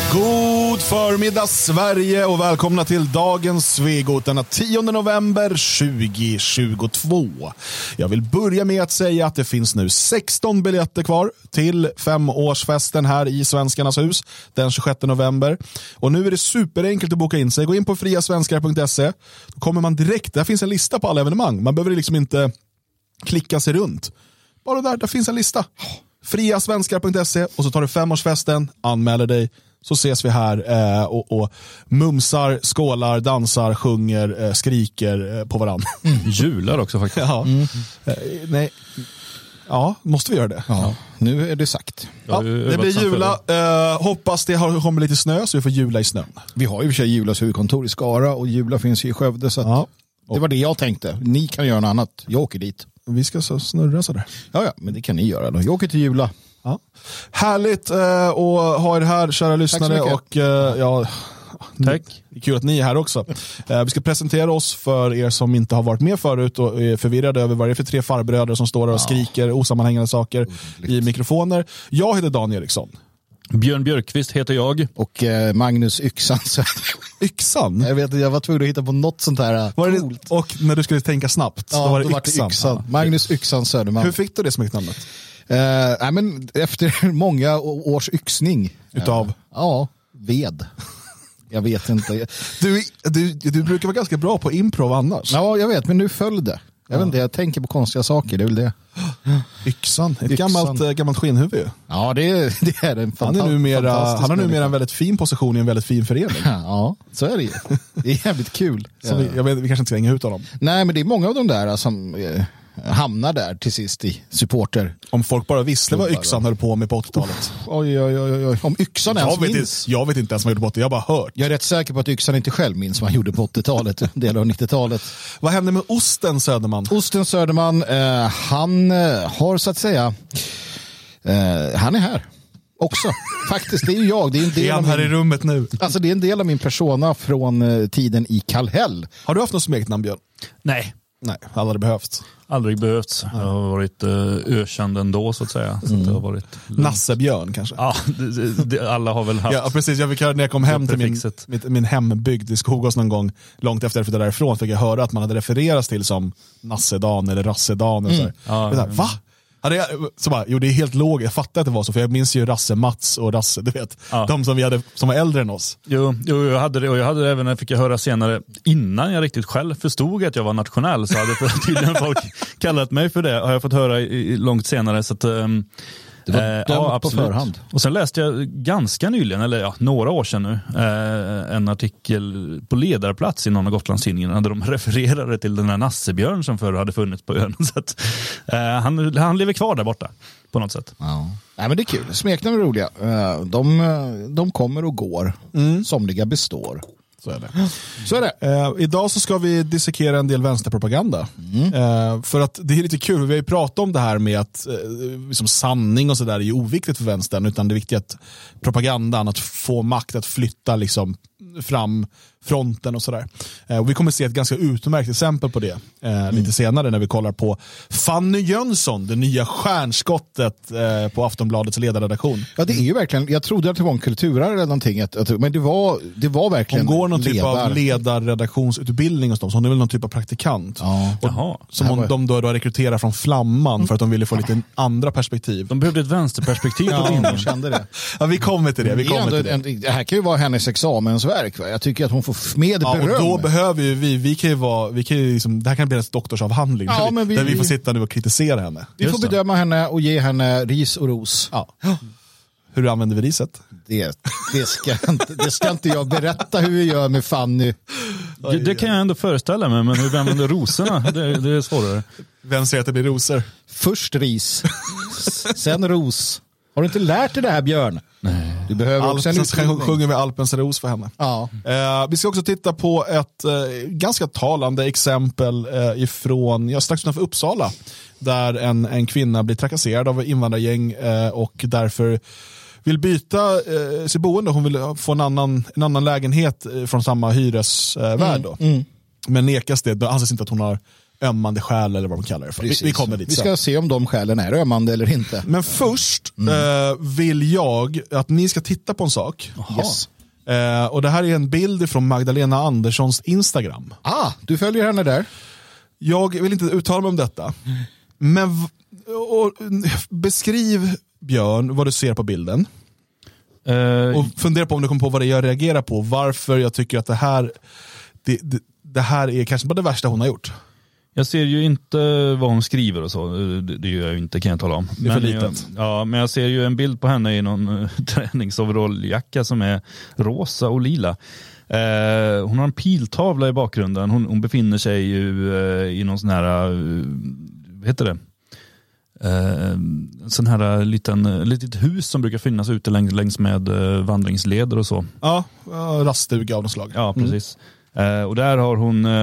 God förmiddag Sverige och välkomna till dagens Svegot denna 10 november 2022. Jag vill börja med att säga att det finns nu 16 biljetter kvar till 5-årsfesten här i Svenskarnas hus den 26 november. Och nu är det superenkelt att boka in sig. Gå in på friasvenskar.se. Då kommer man direkt, där finns en lista på alla evenemang. Man behöver liksom inte klicka sig runt. Bara där finns en lista. Friasvenskar.se och så tar du 5-årsfesten, anmäler dig. Så ses vi här och mumsar, skålar, dansar, sjunger, skriker på varandra. Jular också faktiskt. Ja. Nej. Ja, måste vi göra det? Ja, nu är det sagt. Ja, det blir jula. Hoppas det kommer lite snö så vi får jula i snön. Vi har ju för sig Julas huvudkontor i Skara och Jula finns ju i Skövde. Så att det var det jag tänkte. Ni kan göra något annat. Jag åker dit. Vi ska så snurra sådär. Ja, men det kan ni göra då. Jag åker till Jula. Ja. Härligt att ha er här, kära lyssnare. Och tack. Det är kul att ni är här också. Vi ska presentera oss för er som inte har varit med förut och är förvirrade över vad det är för 3 farbröder som står och skriker osammanhängande saker i mikrofoner. Jag heter Dan Eriksson. Björn Björkqvist heter jag. Och Magnus Yxan. Yxan? Jag var tvungen att hitta på något sånt här coolt. Och när du skulle tänka snabbt, då var det Yxan. Ja. Magnus Yxan Söderman. Hur fick du det smeknamnet? Men efter många års yxning. Utav? Ved. Jag vet inte. Du brukar vara ganska bra på improv annars. Ja, jag vet, men nu föll det. Jag vet inte, jag tänker på konstiga saker, det är väl det. Yxan, ett gammalt skinnhuvud. Ja, det är en han har numera en väldigt fin position i en väldigt fin förening. Ja, så är det ju. Det är jävligt kul. Så vi kanske inte ska hänga ut honom. Nej, men det är många av de där som hamnar där till sist i supporter. Om folk bara visste vad Yxan höll på med på 80-talet. Oj. Om Yxan ens minns. Jag vet inte ens vad han gjorde på 80-talet, jag har bara hört. Jag är rätt säker på att Yxan inte själv minns vad han gjorde på 80-talet, del av 90-talet. Vad hände med Osten Söderman? Osten Söderman, han har så att säga, han är här också. Faktiskt, det är ju jag. Det är en del han här i rummet nu? Alltså det är en del av min persona från tiden i Kallhäll. Har du haft något smeknamn, Björn? Nej, aldrig behövts. Aldrig behövts. Jag har varit ökänd ändå så att säga. Så det har varit Nassebjörn kanske? Ja, alla har väl haft. Ja, precis. Jag fick höra när jag kom hem till min hembygd i Skogås någon gång, långt efter jag flyttade därifrån, fick jag höra att man hade refererats till som Nassedan eller Rassedan. Eller så. Va? Så bara, det är helt logiskt. Jag fattar att det var så, för jag minns ju Rasse Mats och Rasse, du vet. Ja. De som var äldre än oss. Jo, jag hade det, och jag hade även, när fick jag höra senare, innan jag riktigt själv förstod att jag var nationell, så hade tydligen folk kallat mig för det. Har jag fått höra långt senare, så att det var på förhand. Och sen läste jag ganska nyligen, eller några år sedan nu, en artikel på ledarplats i någon av Gotlandstidningarna där de refererade till den här Nassebjörn som förr hade funnits på ön. Så att, han lever kvar där borta på något sätt. Ja. Nej, men det är kul. Smeknamn är roliga. De kommer och går. Somliga består. Så är det. Idag så ska vi dissekera en del vänsterpropaganda. För att det är lite kul. Vi har ju pratat om det här med att liksom sanning och sådär är ju oviktigt för vänstern, utan det är viktigt att propagandan, att få makt att flytta liksom fram fronten och sådär. Och vi kommer se ett ganska utmärkt exempel på det lite senare när vi kollar på Fanny Jönsson, det nya stjärnskottet på Aftonbladets ledarredaktion. Ja, det är ju verkligen, jag trodde att det var en kulturare eller någonting, men det var verkligen. Hon går någon typ av ledarredaktionsutbildning hos dem, så hon är väl någon typ av praktikant. Ja. Som de då rekryterar från Flamman för att de ville få lite andra perspektiv. De behövde ett vänsterperspektiv på det. De kände det. Ja, vi kommer till det. Det här kan ju vara hennes examensverk. Va? Jag tycker att hon får med beröm. Och då behöver ju vi kan ju liksom, det här kan bli en doktorsavhandling där vi får sitta nu och kritisera henne. Vi får bedöma henne och ge henne ris och ros. Ja. Hur använder vi riset? Det ska inte jag berätta hur vi gör med Fanny. Det kan jag ändå föreställa mig, men hur vi använder rosorna, det är svårare. Vem säger att det blir rosor? Först ris, sen ros. Har du inte lärt dig det här, Björn? Nej. Du behöver också en utbildning. Sjunger vi Alpens ros för henne. Ja. Vi ska också titta på ett ganska talande exempel ifrån strax utanför Uppsala, där en kvinna blir trakasserad av invandrargäng och därför vill byta sitt boende. Hon vill få en annan lägenhet från samma hyresvärd då. Men nekas det. Det anses inte att hon har ömmande själ eller vad de kallar det för. Vi kommer dit. Vi ska se om de själen är ömmande eller inte. Men först vill jag att ni ska titta på en sak. Yes. Och det här är en bild från Magdalena Anderssons Instagram. Du följer henne där. Jag vill inte uttala mig om detta. Men beskriv, Björn, vad du ser på bilden. Och fundera på om du kommer på vad det är jag reagerar på. Varför jag tycker att det här är kanske bara det värsta hon har gjort. Jag ser ju inte vad hon skriver och så. Det gör jag ju inte, kan jag tala om. Det är för litet. Men jag ser ju en bild på henne i någon träningsoveralljacka som är rosa och lila. Hon har en piltavla i bakgrunden. Hon befinner sig ju i någon sån här, vad heter det? Sån här litet hus som brukar finnas ute längs med vandringsleder och så. Ja, raststuga av något slag. Ja, precis. Och där har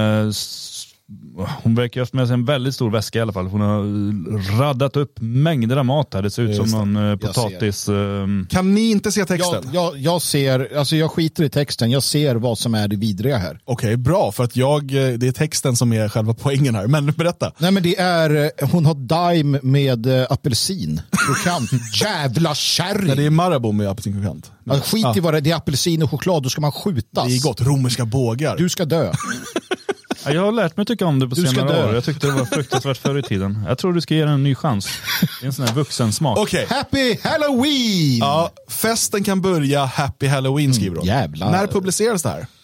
hon verkar ha med sig en väldigt stor väska i alla fall. Hon har raddat upp mängder av mat här. Det ser ut som någon potatis. Kan ni inte se texten? Jag ser, alltså jag skiter i texten. Jag ser vad som är det vidriga här. Okej, bra. För att det är texten som är själva poängen här. Men berätta. Nej, men det är, hon har daim med apelsin. Krokant. Jävla kärring. Nej, det är Marabou med apelsinkrokant. Alltså, skit i vad det är apelsin och choklad. Då ska man skjutas. Det är gott. Romerska bågar. Du ska dö. Jag har lärt mig tycka om det på senare år. Jag tyckte det var fruktansvärt förr i tiden. Jag tror du ska ge den en ny chans. Det är en sån här vuxen smak. Okay. Happy Halloween! Ja, festen kan börja. Happy Halloween skriver de. Jävlar. När publiceras det här?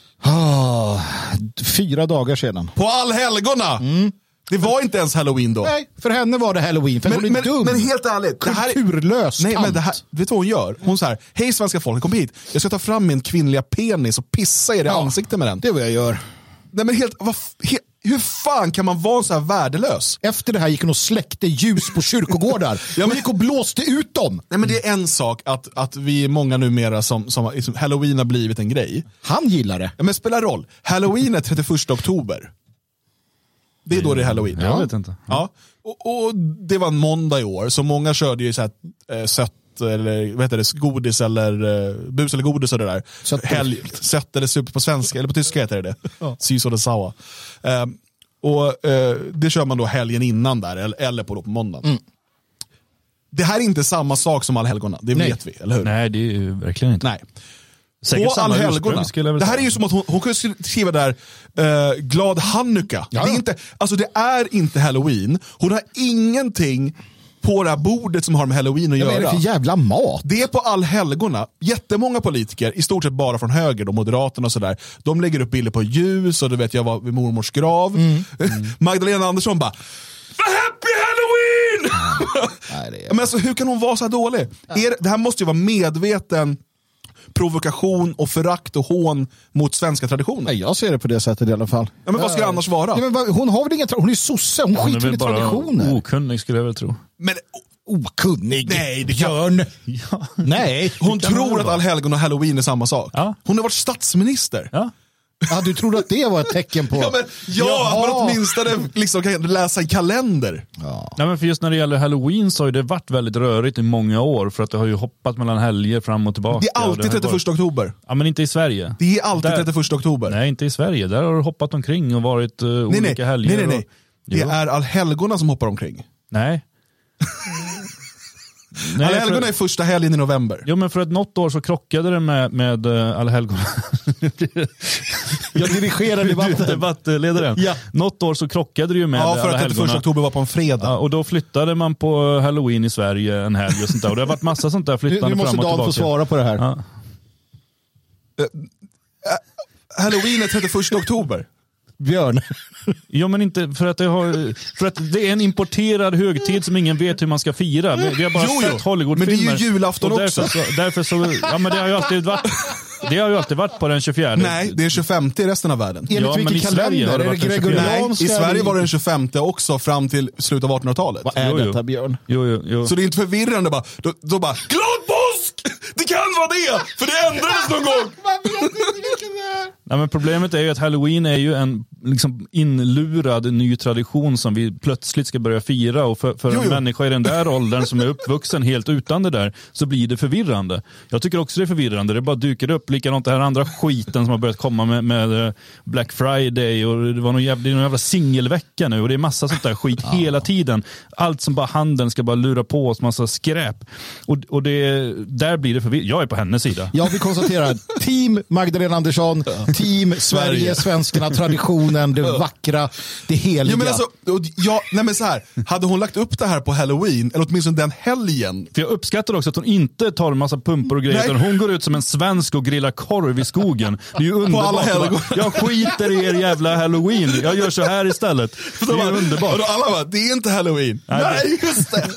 4 dagar sedan. På Allhelgona! Det var inte ens Halloween då. Nej, för henne var det Halloween. För hon är dum. Men helt ärligt. Kulturlös nej, tant. men det här, vet du vad hon gör? Hon säger, hej svenska folk, kom hit. Jag ska ta fram min kvinnliga penis och pissa er i ansiktet med den. Det är vad jag gör. Nej, men hur fan kan man vara så här värdelös? Efter det här gick hon och släckte ljus på kyrkogårdar. Hon gick och blåste ut dem. Nej, men det är en sak att vi är många numera som Halloween har blivit en grej. Han gillar det. Ja, men spelar roll. Halloween är 31 oktober. Det är då det är Halloween. Jag vet inte. Ja. Och det var en måndag i år, så många körde ju så här sött eller vad heter det, godis eller bus eller godis och det där. Sött eller super på svenska, eller på tyska heter det. Sys och sawa. Det kör man då helgen innan där, eller på måndagen. Det här är inte samma sak som Allhelgona, det vet vi, eller hur? Nej, det är ju verkligen inte. Nej. Säkert på Allhelgona. Det här är ju som att hon kunde skriva där glad Hanukka. Ja. Det är inte Halloween. Hon har ingenting på det här bordet som har med Halloween att göra. Vad är det för jävla mat? Det är på Allhelgona. Jättemånga politiker, i stort sett bara från höger, de Moderaterna och sådär, de lägger upp bilder på ljus och du vet jag var vid mormors grav. Magdalena Andersson bara Happy Halloween! Men alltså, hur kan hon vara så här dålig? Det här måste ju vara medveten provokation och förakt och hån mot svenska traditioner. Nej, jag ser det på det sättet i alla fall. Ja, men vad ska det annars vara? Ja, men hon har väl ingen hon är sosse, hon skiter i traditioner. Okunnig skulle jag väl tro. Men okunnig? Nej, det Björn. Ja. Nej. Hon tror att Allhelgon och Halloween är samma sak. Ja. Hon har varit statsminister. Ja. Ja, du trodde att det var ett tecken på... att man åtminstone liksom kan läsa en kalender. Ja. Nej, men för just när det gäller Halloween så har det varit väldigt rörigt i många år, för att det har ju hoppat mellan helger fram och tillbaka. Det är alltid 31 oktober. Ja, men inte i Sverige. Det är alltid 31 oktober. Nej, inte i Sverige. Där har det hoppat omkring och varit olika helger. Nej. Det är Allhelgona som hoppar omkring. Nej. Allhelgona är första helgen i november. Jo, men för att något år så krockade det med Allhelgona. Jag dirigerar debattledaren. Ja. Något år så krockade det ju med för att 31 oktober var på en fredag. Ja, och då flyttade man på Halloween i Sverige en helg och sånt där. Och det har varit massa sånt där flyttande fram och tillbaka. Nu måste Dan få svara på det här. Ja. Halloween är 31 oktober. Björn. Ja, men inte för att det är en importerad högtid som ingen vet hur man ska fira. Vi har bara sett Hollywoodfilmer. Men det är ju julafton också. Därför så, ja, men det har ju alltid varit på den 24. Nej, det är 25 i resten av världen. Enligt vilken kalender? Är det gregorianska? I Sverige var det den 25 också fram till slutet av 1800-talet. Vad är detta, Björn? Jo. Så det är inte förvirrande bara. Då bara, glad påsk! Det kan vara det! För det ändrades någon gång! Man vet inte vilken det är. Nej, men problemet är ju att Halloween är ju en liksom inlurad ny tradition som vi plötsligt ska börja fira, och för en människa i den där åldern som är uppvuxen helt utan det där, så blir det förvirrande. Jag tycker också det är förvirrande. Det bara dyker upp likadant det här andra skiten som har börjat komma med Black Friday, och det var någon jävla singelvecka nu, och det är massa sånt där skit hela tiden. Allt som bara handeln ska bara lura på oss, massa skräp. Och där blir det förvirrande. Jag är på hennes sida. Ja, vi konstaterar team Magdalena Andersson, team Sverige, svenskarna, traditionen, det vackra, det heliga. Ja, men alltså, nej men så här, hade hon lagt upp det här på Halloween, eller åtminstone den helgen. För jag uppskattar också att hon inte tar en massa pumpor och grejer, utan hon går ut som en svensk och grillar korv i skogen. Det är ju underbart. Alla helgon. Jag skiter i er jävla Halloween. Jag gör så här istället. Det är underbart. Och alla bara, det är inte Halloween. Nej, just det.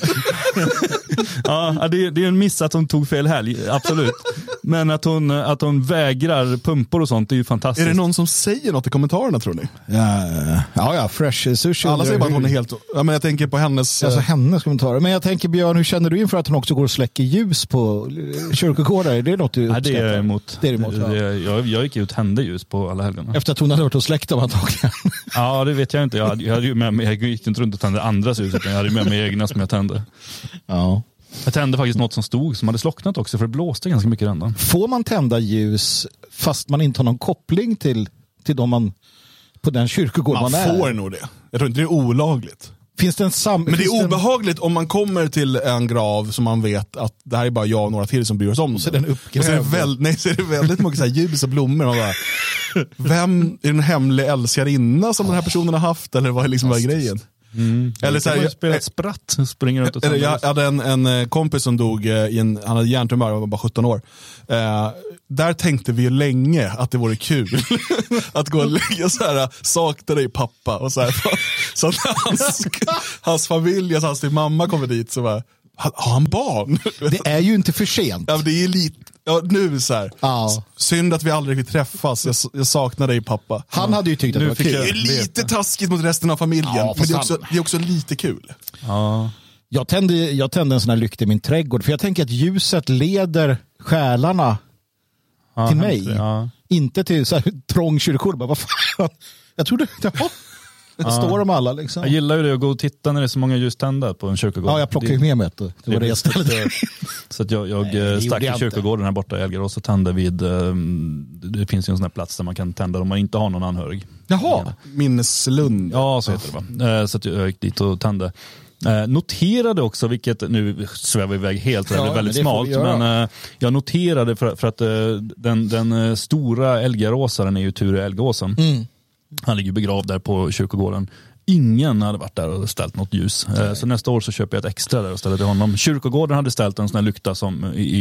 Ja, det är en miss att hon tog fel helg, absolut. Men att hon vägrar pumpor och sånt, det är ju fantastiskt. Är det någon som säger något i kommentarerna, tror ni? Ja, fresh sushi. Alla säger bara att hon är helt... Ja, men jag tänker på hennes... Alltså hennes kommentarer. Men jag tänker, Björn, hur känner du inför att hon också går och släcker ljus på kyrkogårdar? Är det något du uppskattar? Nej, det är jag emot. Det är emot, ja. Jag gick ut och tände ljus på alla helgerna. Efter att hon hade varit och släckt dem antagligen. Ja, det vet jag inte. Jag hade ju med mig, jag gick inte runt och tände andras ljus, utan jag hade med mig egna som jag tände. Ja. Jag tände faktiskt något som stod, som hade slocknat också, för det blåste ganska mycket redan. Får man tända ljus fast man inte har någon koppling till dem man på den kyrkogård man är? Man får nog det. Jag tror inte det är olagligt. Finns det en Men det är obehagligt om man kommer till en grav som man vet att det här är bara jag och några till som bryr oss om. Så den uppgrävd. Så är det väldigt mycket så här ljus och blommor. Man bara, vem är den hemliga älskarinna som den här personen har haft? Eller vad är liksom bara grejen? Eller så här, jag spelat spratt, springer runt och jag hade en kompis som dog han hade hjärntumör och var bara 17 år. Där tänkte vi ju länge att det vore kul att gå och lägga så här, sakta dig pappa och så här, så att hans familj, alltså hans mamma kommer dit, så bara, har han barn? Det är ju inte för sent. Ja, det är lite, nu så här. Synd att vi aldrig fick träffas. Jag saknar dig, pappa. Han hade ju tyckt att det var kul. Det är lite taskigt mot resten av familjen, men det är också lite kul. Ja. Jag tände en sån här lykta i min trädgård, för jag tänker att ljuset leder själarna till mig. Ja. Inte till så här trång kyrkogård. Bara, vad fan? Jag trodde, det står de alla liksom. Jag gillar ju det att gå och titta när det är så många ljus tända på en kyrkogård. Ja, jag plockar ju med mig det. Det var det jag ställde. Så att jag stack i kyrkogården här borta i Elgarås och tände vid, det finns ju en sån här plats där man kan tända om man inte har någon anhörig. Jaha. Minneslund. Ja, så heter det, va? Så att jag gick dit och tände. Noterade också, vilket nu svävar iväg helt, det är väldigt smalt, men jag noterade för att den stora älgaråsaren är ju Ture Älgåsen. Han ligger begravd där på kyrkogården. Ingen hade varit där och ställt något ljus. Så nästa år så köper jag ett extra där och ställer till honom. Kyrkogården hade ställt en sån här lykta som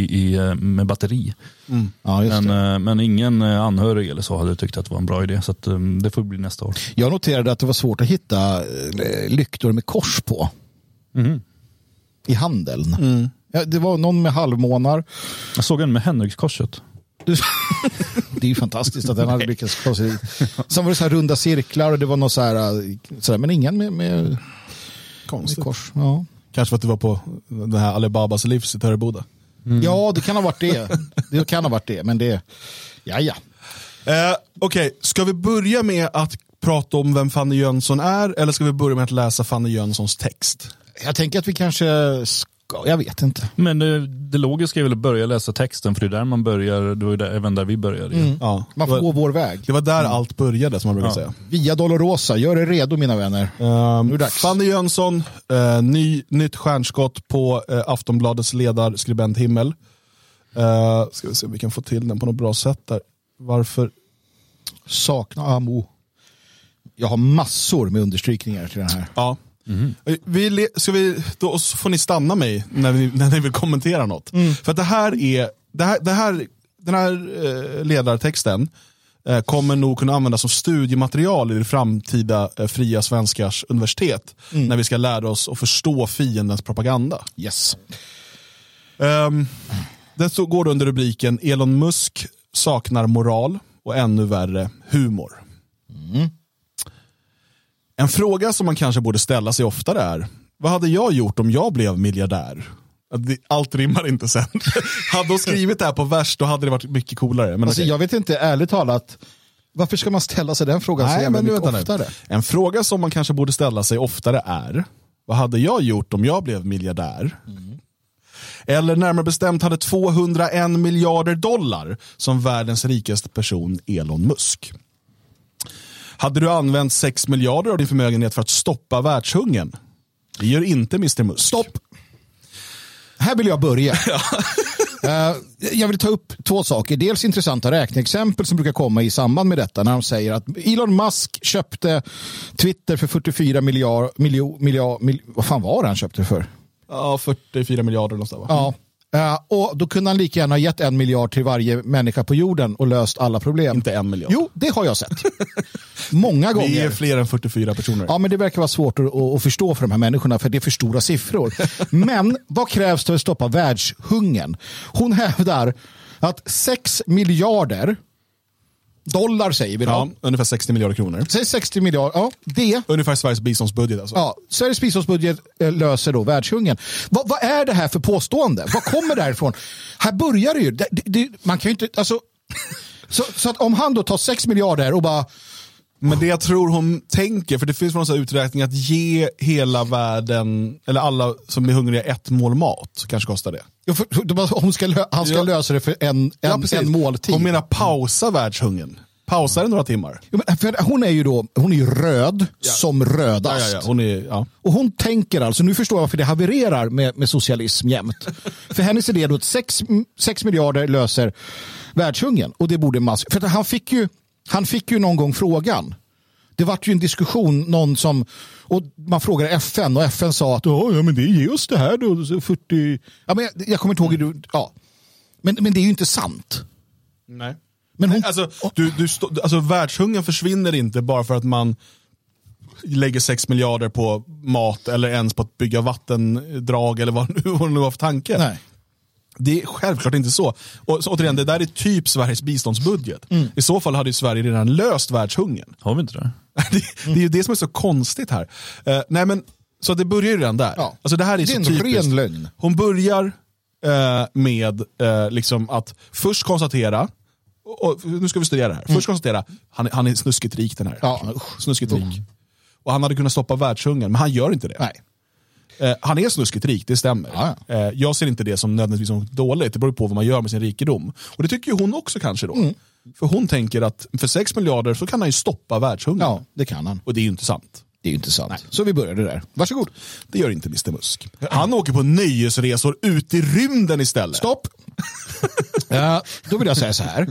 med batteri. Ja, just det. Men ingen anhörig eller så hade tyckt att det var en bra idé. Så att, det får bli nästa år. Jag noterade att det var svårt att hitta lyktor med kors på. I handeln. Ja, det var någon med halvmånar. Jag såg en med Henrikskorset. Det är ju fantastiskt att den hade lyckats få sig. Sen var det så här runda cirklar och det var något så här, men ingen med kors. Ja. Kanske för att det var på den här Alibabas livs i Töreboda. Ja, det kan ha varit det. Det kan ha varit det, men det... Ja. Okej, ska vi börja med att prata om vem Fanny Jönsson är, eller ska vi börja med att läsa Fanny Jönssons text? Jag tänker att vi kanske ska... Jag vet inte. Men det logiska är väl att börja läsa texten, för det är där man börjar, det var ju även där vi började. Ja. Man får gå vår väg. Det var där allt började, som man brukar säga. Via Dolorosa, gör er redo mina vänner. Nu är det dags. Fanny Jönsson, nytt stjärnskott på Aftonbladets ledarskribent himmel. Ska vi se om vi kan få till den på något bra sätt där. Varför? Sakna Amo. Jag har massor med understrykningar till den här. Ja. Då får ni stanna mig när ni vill kommentera något. För att den här ledartexten kommer nog kunna användas som studiematerial i det framtida fria svenskars universitet när vi ska lära oss att förstå fiendens propaganda. Yes. Den går under rubriken Elon Musk saknar moral och ännu värre humor. En fråga som man kanske borde ställa sig oftare är: vad hade jag gjort om jag blev miljardär? Allt rimmar inte sen. Hade de skrivit det här på vers, då hade det varit mycket coolare. Men alltså, jag vet inte, ärligt talat, Varför ska man ställa sig den frågan så jävla mycket oftare? En fråga som man kanske borde ställa sig oftare är: vad hade jag gjort om jag blev miljardär? Eller närmare bestämt hade 201 miljarder dollar som världens rikaste person Elon Musk. Hade du använt 6 miljarder av din förmögenhet för att stoppa världshungern? Det gör inte Mr. Musk. Stopp! Här vill jag börja. Jag vill ta upp 2 saker. Dels intressanta räkneexempel som brukar komma i samband med detta när de säger att Elon Musk köpte Twitter för 44 miljarder. Vad fan var det han köpte för? Ja, 44 miljarder någonstans, va? Ja. Och då kunde han lika gärna ha gett 1 miljard till varje människa på jorden och löst alla problem. Inte 1 miljard. Jo, det har jag sett. Många gånger. Det är fler än 44 personer. Ja, men det verkar vara svårt att förstå för de här människorna för det är för stora siffror. Men vad krävs det för att stoppa världshungern? Hon hävdar att 6 miljarder dollar säger vi då. Ja, ungefär 60 miljarder kronor. Säg 60 miljarder, ja. Det. Ungefär Sveriges biståndsbudget alltså. Ja, Sveriges biståndsbudget löser då världshungern. Vad är det här för påstående? Vad kommer det här ifrån? Här börjar det ju. Man kan ju inte, alltså. Så att om han då tar 6 miljarder och bara. Men det jag tror hon tänker, för det finns någon sån här uträkning att ge hela världen, eller alla som är hungriga 1 mål mat, kanske kostar det. Ja, han ska lösa det för en måltid. Hon menar pausa världshungern. Pausa det några timmar. Ja, men för hon är ju röd som rödast. Ja. Hon är, Och hon tänker alltså, nu förstår jag varför det havererar med socialism jämt. För hennes idé är då att 6 miljarder löser världshungern. Och det borde Musk. För han fick ju någon gång frågan. Det var ju en diskussion, och man frågade FN och FN sa att men det ger oss det här då, 40. Ja, men jag kommer inte ihåg hur men det är ju inte sant. Nej. Men alltså världshungern försvinner inte bara för att man lägger 6 miljarder på mat eller ens på att bygga vattendrag eller vad hon nu har för tanke. Nej. Det är självklart inte så. Och så, återigen, det där är typ Sveriges biståndsbudget. I så fall hade ju Sverige redan löst världshungern. Har vi inte det? Det är ju det som är så konstigt här. Nej, men så det börjar ju redan där. Ja. Alltså det här är så en typiskt. Ren lögn. Hon börjar med liksom att först konstatera, och nu ska vi studera det här. Först konstatera, han är snuskigt rik den här. Ja. Snuskigt rik. Och han hade kunnat stoppa världshungern, men han gör inte det. Nej. Han är snuskigt rik, det stämmer. Ja. Jag ser inte det som nödvändigtvis som dåligt. Det beror på vad man gör med sin rikedom. Och det tycker ju hon också kanske då. För hon tänker att för 6 miljarder så kan han ju stoppa världshungern. Ja, det kan han. Och det är ju inte sant. Det är ju inte sant. Nej. Så vi började där. Varsågod. Det gör inte Mr. Musk. Han åker på nöjesresor ut i rymden istället. Stopp! Då vill jag säga så här.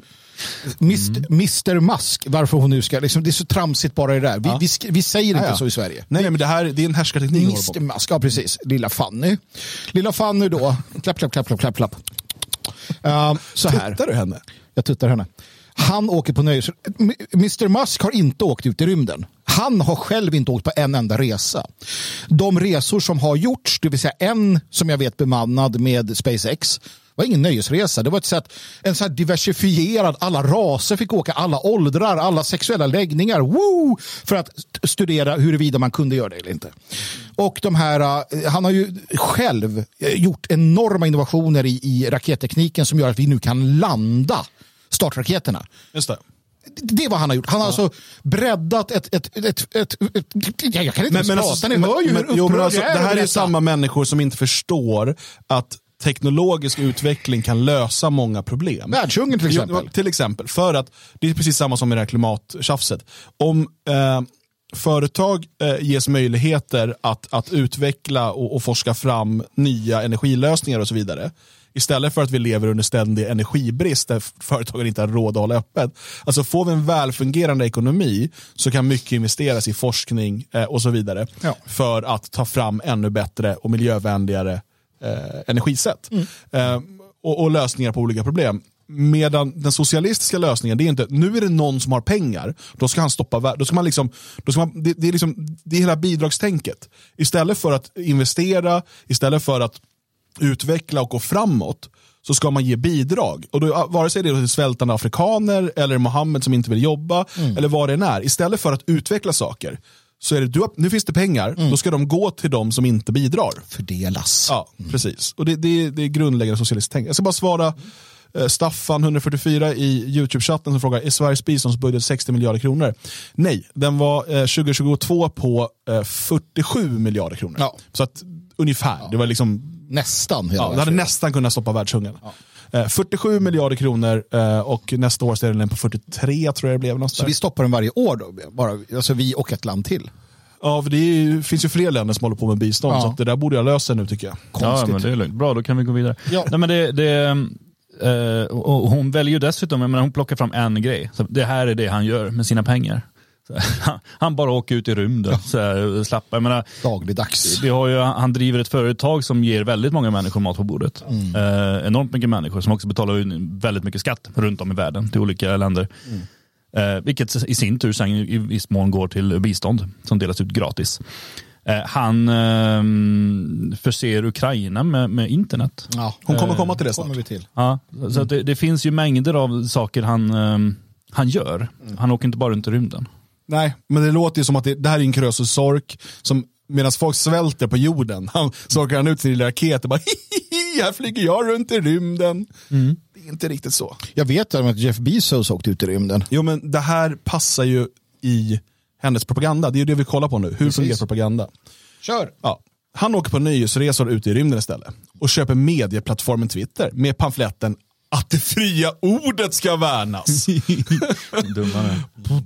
Mr. Musk, varför hon nu ska, liksom, det är så tramsigt bara det där. Vi säger inte så i Sverige. Nej, men det är en härskarteknik. Mr. Musk, ja precis. Lilla Fanny då. Klapp. Så här. Tuttar du henne? Jag tuttar henne. Han åker på nöjes. Mr. Musk har inte åkt ut i rymden. Han har själv inte åkt på en enda resa. De resor som har gjorts, det vill säga en som jag vet bemannad med SpaceX, var ingen nöjesresa. Det var ett sätt, en så här diversifierad, alla raser fick åka, alla åldrar, alla sexuella läggningar, för att studera huruvida man kunde göra det eller inte. Och de här, han har ju själv gjort enorma innovationer i rakettekniken som gör att vi nu kan landa startraketerna. Just det. Det är vad han har gjort. Han har alltså breddat jag kan inte prata, ni hör ju hur upprörd jag är. Det här är samma människor som inte förstår att teknologisk utveckling kan lösa många problem. Världshungern till exempel. Till exempel, för att det är precis samma som med det här klimattjafset. Om företag ges möjligheter att utveckla och forska fram nya energilösningar och så vidare, istället för att vi lever under ständig energibrist där företagen inte har råd att hålla öppet. Alltså får vi en välfungerande ekonomi så kan mycket investeras i forskning och så vidare för att ta fram ännu bättre och miljövänligare energisätt och lösningar på olika problem. Medan den socialistiska lösningen, det är inte nu är det någon som har pengar, då ska han stoppa, det är liksom det är hela bidragstänket. Istället för att investera, istället för att utveckla och gå framåt, så ska man ge bidrag. Och då, vare sig det är till svältande afrikaner eller Mohammed som inte vill jobba eller vad det än är. Istället för att utveckla saker så är det, nu finns det pengar, då ska de gå till de som inte bidrar. Fördelas. Ja, precis. Och det är grundläggande socialistiskt tänk. Jag ska bara svara Staffan 144 i YouTube-chatten som frågar, är Sveriges biståndsbudget 60 miljarder kronor? Nej, den var 2022 på 47 miljarder kronor. Ja. Så att ungefär, det var liksom nästan. Ja, det hade nästan kunnat stoppa världshungern. Ja. 47 miljarder kronor och nästa år är den på 43 tror jag det blev. Någonstans. Så vi stoppar den varje år då? Bara, alltså vi och ett land till? Ja, för finns ju fler länder som håller på med bistånd, så att det där borde jag lösa nu tycker jag. Konstigt. Ja, men det är lugnt. Bra, då kan vi gå vidare. Ja. Nej, men och hon väljer ju dessutom, jag menar, hon plockar fram en grej. Så det här är det han gör med sina pengar. Han bara åker ut i rymden så här, slappar. Jag menar, dagligdags. Han driver ett företag som ger väldigt många människor mat på bordet. Enormt mycket människor som också betalar väldigt mycket skatt runt om i världen till olika länder. Vilket i sin tur sen i viss mån går till bistånd som delas ut gratis. Han förser Ukraina med internet. Ja, hon kommer komma till det snart. Ja, så att det finns ju mängder av saker han gör. Han åker inte bara runt i rymden. Nej, men det låter ju som att det här är en Krösus Sork som medan folk svälter på jorden, så åker han ut till raket och bara här flyger jag runt i rymden. Det är inte riktigt så. Jag vet att Jeff Bezos åkte ut i rymden. Jo, men det här passar ju i hennes propaganda. Det är ju det vi kollar på nu. Hur fungerar propaganda? Kör! Ja. Han åker på nöjesresor ut i rymden istället och köper medieplattformen Twitter med pamfletten att det fria ordet ska värnas. Dummare.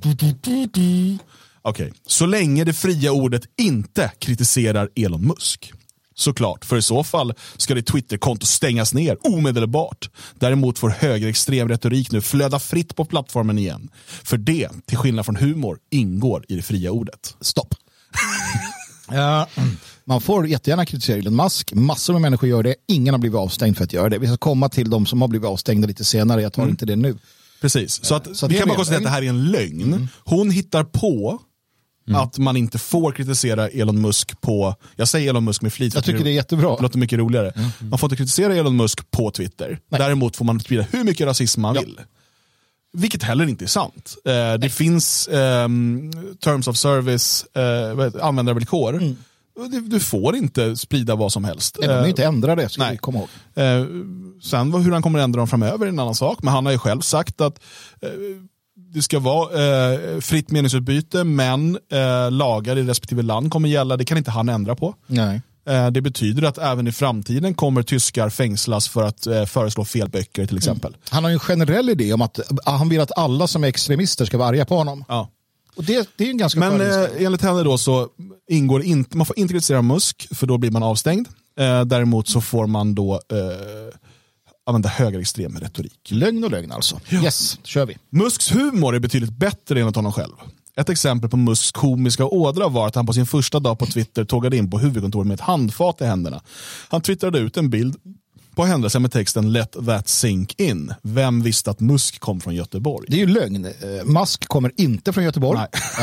Okej, så länge det fria ordet inte kritiserar Elon Musk. Såklart, för i så fall ska det Twitterkonto stängas ner omedelbart. Däremot får högerextrem retorik nu flöda fritt på plattformen igen. För det, till skillnad från humor, ingår i det fria ordet. Stopp. Man får jättegärna kritisera Elon Musk. Massor med människor gör det. Ingen har blivit avstängd för att göra det. Vi ska komma till de som har blivit avstängda lite senare. Jag tar inte det nu. Precis, så vi kan bara konstatera att det här är en lögn. Hon hittar på att man inte får kritisera Elon Musk på, jag säger Elon Musk med flit. Jag tycker det är jättebra. Det låter mycket roligare. Man får inte kritisera Elon Musk på Twitter. Nej. Däremot får man sprida hur mycket rasism man vill. Vilket heller inte är sant. Det finns terms of service, användarvillkor. Du får inte sprida vad som helst. De är inte ändra det, ska vi komma ihåg. Sen hur han kommer ändra dem framöver är en annan sak. Men han har ju själv sagt att det ska vara fritt meningsutbyte, men lagar i respektive land kommer gälla. Det kan inte han ändra på. Nej. Det betyder att även i framtiden kommer tyskar fängslas för att föreslå fel böcker till exempel. Han har ju en generell idé om att han vill att alla som är extremister ska vara arga på honom. Ja. Och det är en ganska Men enligt henne då så ingår inte, man får inte kritisera Musk för då blir man avstängd. Däremot så får man då använda högerextrem retorik. Lögn och lögn alltså. Ja. Yes, kör vi. Musks humor är betydligt bättre enligt honom själv. Ett exempel på Musks komiska ådra var att han på sin första dag på Twitter tågade in på huvudkontoret med ett handfat i händerna. Han twittrade ut en bild på händelsen med texten "Let that sink in". Vem visste att Musk kom från Göteborg? Det är ju lögn. Musk kommer inte från Göteborg.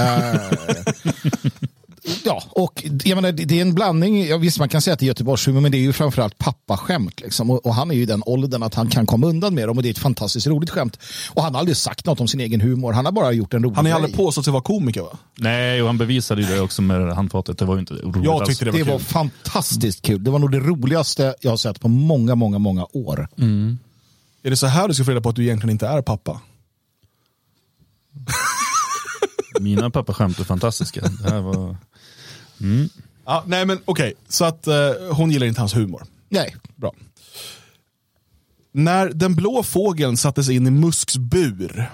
Ja, och jag menar, det är en blandning. Ja, visst, man kan säga att det är Göteborgshumor, men det är ju framförallt pappaskämt. Liksom. Och han är ju i den åldern att han kan komma undan med dem, och det är ett fantastiskt roligt skämt. Och han har aldrig sagt något om sin egen humor. Han har bara gjort en rolig Han har aldrig påstått sig vara komiker, va? Nej, och han bevisade ju det också med handfatet. Det var ju inte roligt. Jag tyckte det var kul. Det var fantastiskt kul. Det var nog det roligaste jag har sett på många, många, många år. Är det så här du ska få reda på att du egentligen inte är pappa? Mina pappaskämt är fantastiska. Det här var... Ja, nej men okej. Så att hon gillar inte hans humor. Nej. Bra. När den blå fågeln sattes in i Musks bur.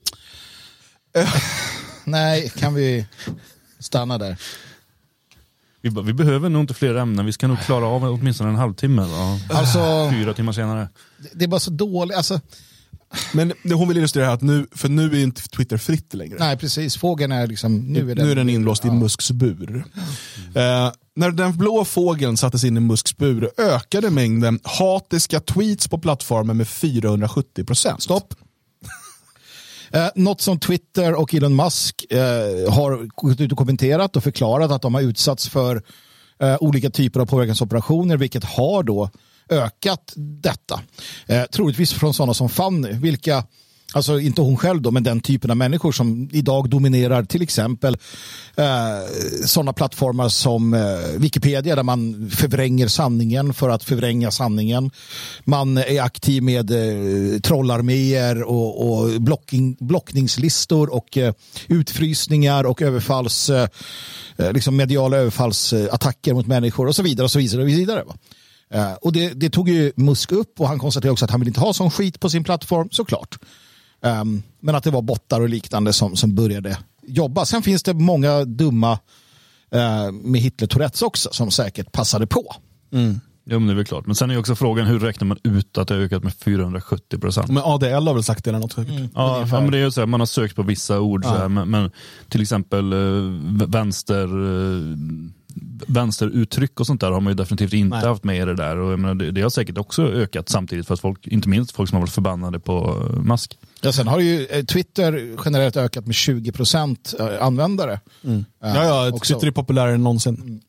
Nej, kan vi stanna där? Vi behöver nog inte fler ämnen. Vi ska nog klara av åtminstone en halvtimme. Alltså, 4 timmar senare. Det är bara så dåligt. Alltså... Men hon vill illustrera att nu är inte Twitter fritt längre. Nej, precis. Fågeln är liksom... Nu är den inlåst i Musks bur. När den blå fågeln sattes in i Musks bur ökade mängden hatiska tweets på plattformen med 470%. Stopp. Något som Twitter och Elon Musk har gått ut och kommenterat och förklarat att de har utsatts för olika typer av påverkansoperationer, vilket har då ökat detta. Troligtvis från sådana som Fanny, vilka Alltså inte hon själv då, men den typen av människor som idag dominerar till exempel sådana plattformar som Wikipedia, där man förvränger sanningen för att förvränga sanningen. Man är aktiv med trollarméer och blockningslistor och utfrysningar och liksom mediala överfallsattacker mot människor och så vidare och så vidare och vidare. Och det tog ju Musk upp, och han konstaterade också att han vill inte ha sån skit på sin plattform, såklart. Men att det var bottar och liknande som började jobba. Sen finns det många dumma med Hitler-Tourettes också som säkert passade på. Ja, men det är väl klart. Men sen är också frågan, hur räknar man ut att det har ökat med 470%? Men ADL har väl sagt det eller något. Ja, men det är ju så här, man har sökt på vissa ord så här, men till exempel vänsteruttryck och sånt där har man ju definitivt inte haft med i det där, och jag menar, det har säkert också ökat samtidigt för att folk, inte minst folk som har varit förbannade på Musk. Ja, sen har ju Twitter generellt ökat med 20% användare. Twitter är populärare än någonsin.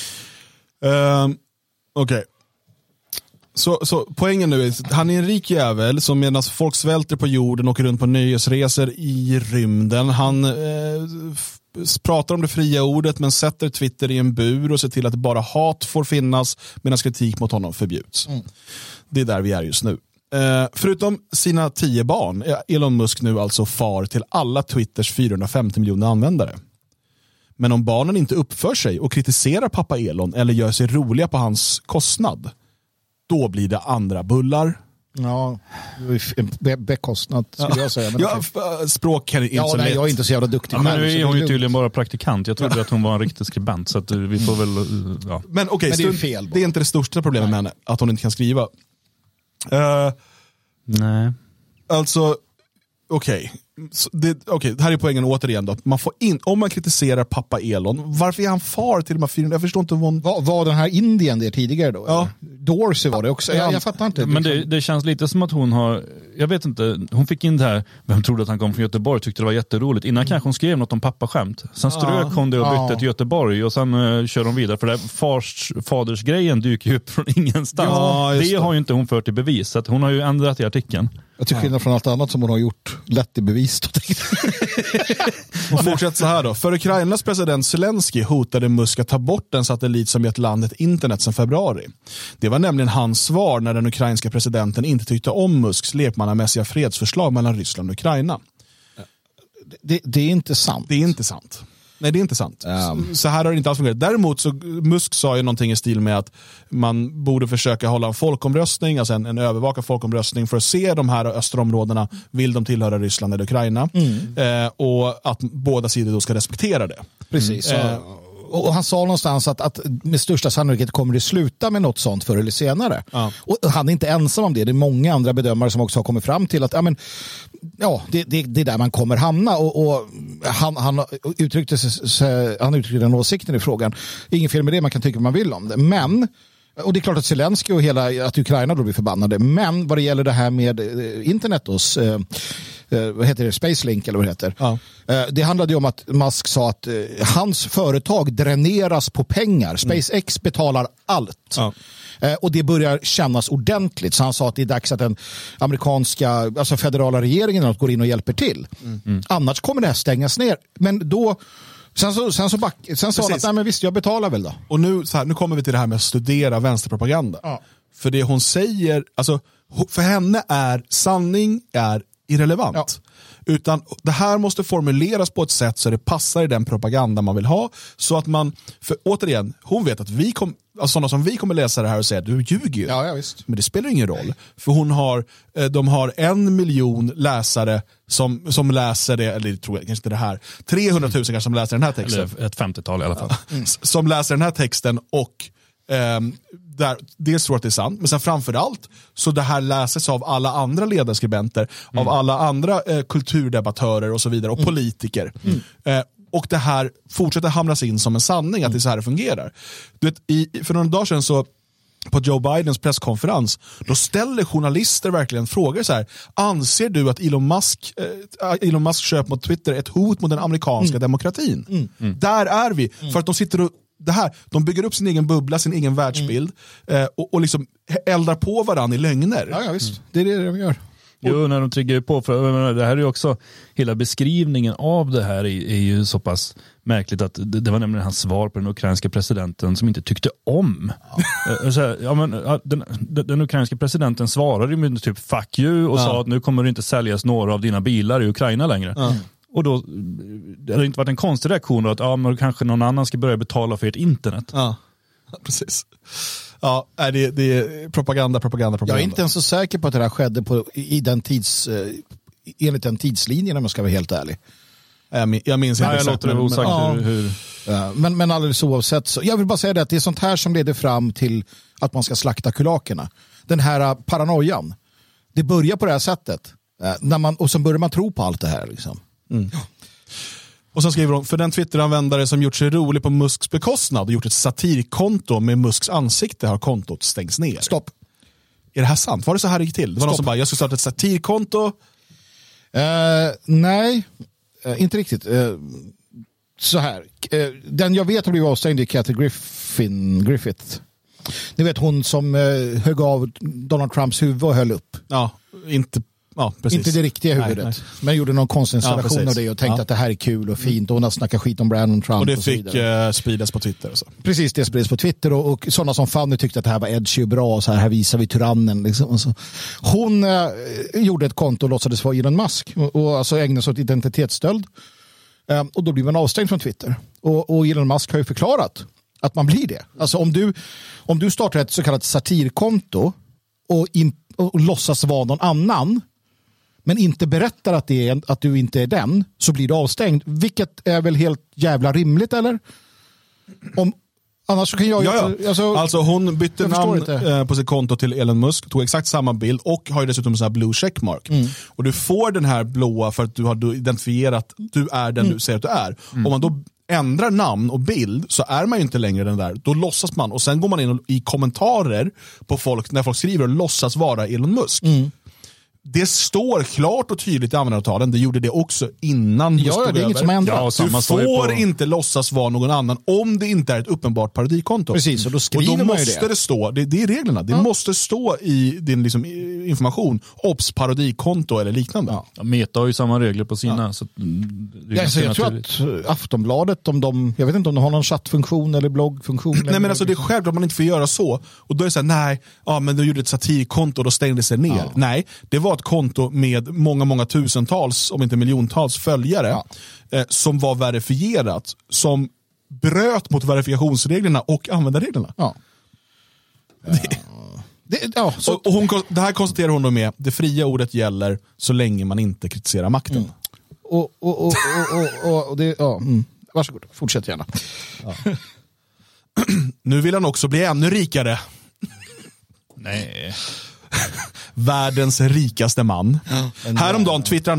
Okej. Så poängen nu är att han är en rik jävel som medan folk svälter på jorden och åker runt på nöjesresor i rymden. Han pratar om det fria ordet men sätter Twitter i en bur och ser till att bara hat får finnas medan kritik mot honom förbjuds. Det är där vi är just nu. Förutom sina 10 barn är Elon Musk nu alltså far till alla Twitters 450 miljoner användare. Men om barnen inte uppför sig och kritiserar pappa Elon eller gör sig roliga på hans kostnad, då blir det andra bullar. Ja, bekostnad skulle jag säga. Men språk kan inte så lätt. Jag är inte så jävla duktig. Ja, men nu är hon ju tydligen bara praktikant. Jag trodde att hon var en riktig skribent, så att vi får väl... Ja. Men okej, det är fel. Det är inte det största problemet med henne, att hon inte kan skriva. Nej. Alltså, okej, här är poängen återigen då. Man får om man kritiserar pappa Elon, varför är han far till de här 400? Jag förstår inte var den här Indien det tidigare då? Ja. Dorsey var det också. Jag fattar inte. Men det känns lite som att hon har, jag vet inte, hon fick in det här, vem trodde att han kom från Göteborg, tyckte det var jätteroligt. Innan kanske hon skrev något om pappaskämt. Sen strök hon det och bytte till Göteborg, och sen kör hon vidare. För det fadersgrejen dyker ju upp från ingenstans. Det har ju inte hon fört i bevis, så att hon har ju ändrat i artikeln. Jag tycker skillnad från allt annat som hon har gjort lätt i bevis. Och fortsätt så här då. För Ukrainas president Zelensky hotade Musk att ta bort en satellit som gett landet internet sedan februari. Det var nämligen hans svar när den ukrainska presidenten inte tyckte om Musks lekmannamässiga fredsförslag mellan Ryssland och Ukraina. Det är inte sant. Det är inte sant. Nej, det är inte sant. Så här har det inte alls fungerat. Däremot så Musk sa ju någonting i stil med att man borde försöka hålla en folkomröstning, alltså en övervakad folkomröstning för att se de här östra områdena, vill de tillhöra Ryssland eller Ukraina, och att båda sidor då ska respektera det. Precis. Och han sa någonstans att med största sannolikhet kommer det sluta med något sånt förr eller senare. Ja. Och han är inte ensam om det. Det är många andra bedömare som också har kommit fram till att det är där man kommer hamna. Och han uttryckte den åsikten i frågan. Ingen fel med det, man kan tycka vad man vill om det. Men, och det är klart att Zelensky och att Ukraina då blir förbannade. Men vad det gäller det här med internet hos vad heter det? Spacelink eller vad det heter. Ja. Det handlade ju om att Musk sa att hans företag dräneras på pengar. SpaceX betalar allt. Ja. Och det börjar kännas ordentligt. Så han sa att det är dags att den amerikanska, alltså federala regeringen går in och hjälper till. Annars kommer det här stängas ner. Men då Sen sa han att nej, men visst, jag betalar väl då. Och nu kommer vi till det här med att studera vänsterpropaganda. Ja. För det hon säger, alltså, för henne är sanning är irrelevant. Ja. Utan det här måste formuleras på ett sätt så det passar i den propaganda man vill ha. Så att man, för återigen, hon vet att sådana som vi kommer läsa det här och säga du ljuger ju. Ja, visst. Men det spelar ingen roll. För de har 1 miljon läsare som läser det, eller tror jag kanske inte det här, 300 000 kanske som läser den här texten. Eller ett 50-tal i alla fall. Som läser den här texten och där dels tror att det är sant, men sen framförallt så det här läses av alla andra ledarskribenter, av alla andra kulturdebattörer och så vidare, och politiker. Och det här fortsätter hamnas in som en sanning att det är så här det fungerar. Du vet, för några dagar sedan så på Joe Bidens presskonferens, då ställer journalister verkligen frågor så här: anser du att Elon Musk köp mot Twitter är ett hot mot den amerikanska demokratin? Där är vi, för att de sitter och de bygger upp sin egen bubbla, sin egen världsbild och liksom eldar på varandra i lögner. Ja, visst. Det är det de gör. Jo, när de triggar på. För det här är ju också, hela beskrivningen av det här är ju så pass märkligt att det var nämligen hans svar på den ukrainska presidenten som inte tyckte om. Den ukrainska presidenten svarade ju med typ fuck you och sa att nu kommer det inte säljas några av dina bilar i Ukraina längre. Och då det har inte varit en konstig reaktion då, att men kanske någon annan ska börja betala för ert internet. Ja, precis. Ja, det är propaganda. Jag är inte ens så säker på att det här skedde enligt den tidslinjen, om jag ska vara helt ärlig. Jag minns inte. Jag låter det osagt hur. Men alldeles oavsett så. Jag vill bara säga det att det är sånt här som leder fram till att man ska slakta kulakerna. Den här paranoian. Det börjar på det här sättet. Och så börjar man tro på allt det här. Liksom. Och sen skriver de, för den Twitter-användare som gjort sig rolig på Musks bekostnad och gjort ett satirkonto med Musks ansikte har kontot stängts ner. Stopp. Är det här sant? Var det så här det gick till? Det var någon som bara, jag ska starta ett satirkonto. Nej, inte riktigt. Så här. Den jag vet har blivit avstängd är Kathy Griffith. Ni vet hon som högg av Donald Trumps huvud och höll upp. Ja, precis. Inte det riktiga huvudet. Nej. Men gjorde någon konstinstallation av det och tänkte att det här är kul och fint. Och hon har snackat skit om Brandon Trump. Och det fick spridas på Twitter. Så. Precis, det sprids på Twitter. Och sådana som Fanny tyckte att det här var edgy och bra. Och så här visar vi tyrannen. Liksom. Och så. Hon gjorde ett konto och låtsades vara Elon Musk. Och alltså ägnade sig åt identitetsstöld. Och då blir man avstängd från Twitter. Och Elon Musk har ju förklarat att man blir det. Alltså om du startar ett så kallat satirkonto och låtsas vara någon annan, men inte berättar att du inte är den, så blir du avstängd. Vilket är väl helt jävla rimligt, eller? Annars så kan jag Alltså hon bytte namn på sitt konto till Elon Musk, tog exakt samma bild och har ju dessutom en sån här blue checkmark. Och du får den här blåa för att du har identifierat du är den du säger att du är. Om man då ändrar namn och bild så är man ju inte längre den där. Då låtsas man och sen går man in i kommentarer på folk när folk skriver och låtsas vara Elon Musk. Det står klart och tydligt i användaravtalen. Det gjorde det också innan Musk tog det är inget som ändras. Du får inte låtsas vara någon annan om det inte är ett uppenbart parodikonto. Precis, och då skriver man måste det stå, det är reglerna. Det måste stå i din liksom, information. Obs, parodikonto eller liknande. Ja, Meta har ju samma regler på sina. Så jag tror att Aftonbladet, jag vet inte om de har någon chattfunktion eller bloggfunktion. Nej, men alltså det är självklart att man inte får göra så. Och då är det så här, men du gjorde ett satirkonto och då stängde det sig ner. Ja. Nej, det var ett konto med många tusentals, om inte miljontals följare som var verifierat, som bröt mot verifikationsreglerna och användarreglerna. Ja. Det här konstaterar hon då med, det fria ordet gäller så länge man inte kritiserar makten. Varsågod, fortsätt gärna. Ja. Nu vill han också bli ännu rikare. Nej. Världens rikaste man. Häromdagen twittrar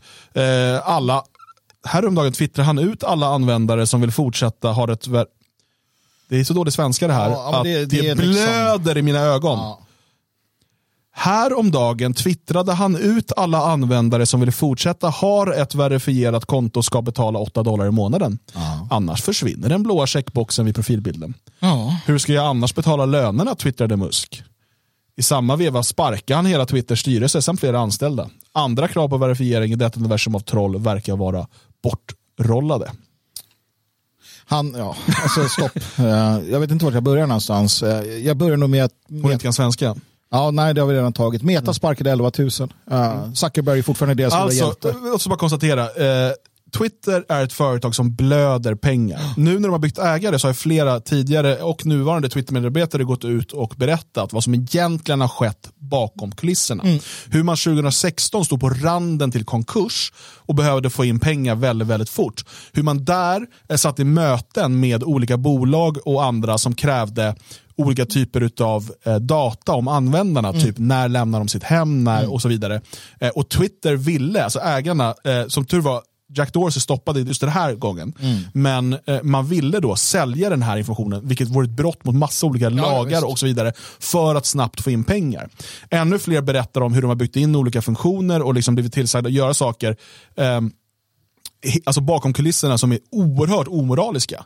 han ut alla användare som vill fortsätta ha ett... Det är så dåligt svenska det här. Att det blöder liksom i mina ögon. Ja. Häromdagen twittrade han ut alla användare som vill fortsätta ha ett verifierat konto och ska betala $8 i månaden. Ja. Annars försvinner den blåa checkboxen vid profilbilden. Ja. Hur ska jag annars betala lönerna, twittrade Musk. I samma veva sparkar han hela Twitters styrelse samt flera anställda. Andra krav på verifiering i detta universum av troll verkar vara bortrollade. Stopp. Jag vet inte vart jag börjar någonstans. Jag börjar nog med att... Hon inte kan svenska. Ja, nej, det har vi redan tagit. Meta sparkade 11 000. Zuckerberg är fortfarande deras stora hjälte. Jag ska bara konstatera... Twitter är ett företag som blöder pengar. Nu när de har byggt ägare så har flera tidigare och nuvarande Twitter-medarbetare gått ut och berättat vad som egentligen har skett bakom kulisserna. Hur man 2016 stod på randen till konkurs och behövde få in pengar väldigt, väldigt fort. Hur man där satt i möten med olika bolag och andra som krävde olika typer av data om användarna, typ när lämnar de sitt hem, när och så vidare. Och Twitter ville, alltså ägarna, som tur var Jack Dorsey stoppade just den här gången. Men man ville då sälja den här informationen, vilket var ett brott mot massa olika lagar och så vidare, för att snabbt få in pengar. Ännu fler berättar om hur de har byggt in olika funktioner och liksom blivit tillsagda att göra saker alltså bakom kulisserna som är oerhört omoraliska.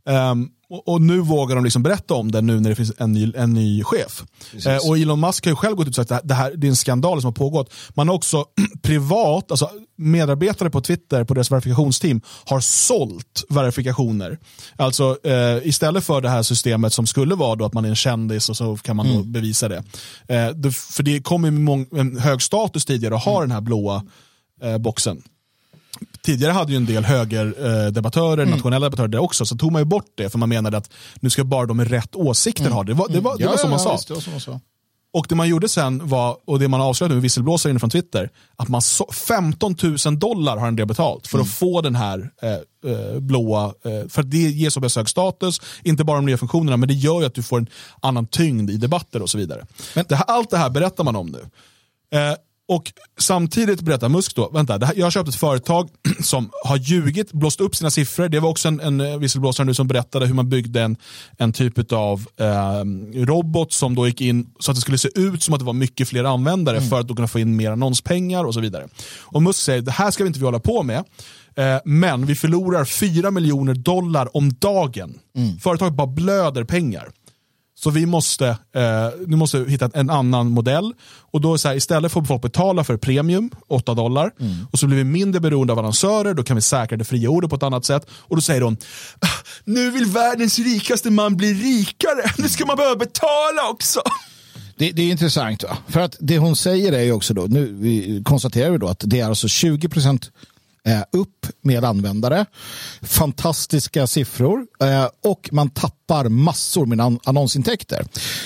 Och nu vågar de liksom berätta om det nu när det finns en ny chef. Och Elon Musk har ju själv gått ut och sagt att det är en skandal som har pågått. Man har också privat, alltså medarbetare på Twitter, på deras verifikationsteam, har sålt verifikationer. Alltså istället för det här systemet som skulle vara då att man är en kändis och så kan man då bevisa det. För det kommer med en hög status tidigare att ha den här blåa boxen. Tidigare hade ju en del högerdebattörer, nationella debattörer där också, så tog man ju bort det för man menade att nu ska bara de med rätt åsikter ha det. Det var som man sa. Visst, det var som man sa. Och det man gjorde sen var, och det man avslöjade med visselblåsare från Twitter, att man $15,000 har en del betalt för att få den här blåa, för att det ger så hög status, inte bara de nya funktionerna, men det gör ju att du får en annan tyngd i debatter och så vidare. Men allt det här berättar man om nu. Och samtidigt berättar Musk då, jag har köpt ett företag som har ljugit, blåst upp sina siffror. Det var också en visselblåsare nu som berättade hur man byggde en typ av robot som då gick in så att det skulle se ut som att det var mycket fler användare för att då kunna få in mer annonspengar och så vidare. Och Musk säger, det här ska vi inte hålla på med. Men vi förlorar $4 miljoner om dagen. Företaget bara blöder pengar. Så vi måste hitta en annan modell. Och då så här, istället får folk betala för premium, $8. Och så blir vi mindre beroende av annonsörer. Då kan vi säkra det fria ordet på ett annat sätt. Och då säger de, nu vill världens rikaste man bli rikare. Nu ska man behöva betala också. Det är intressant, va? För att det hon säger är ju också då, nu vi konstaterar vi då att det är alltså 20% upp med användare, fantastiska siffror och man tappar massor med annonsintäkter.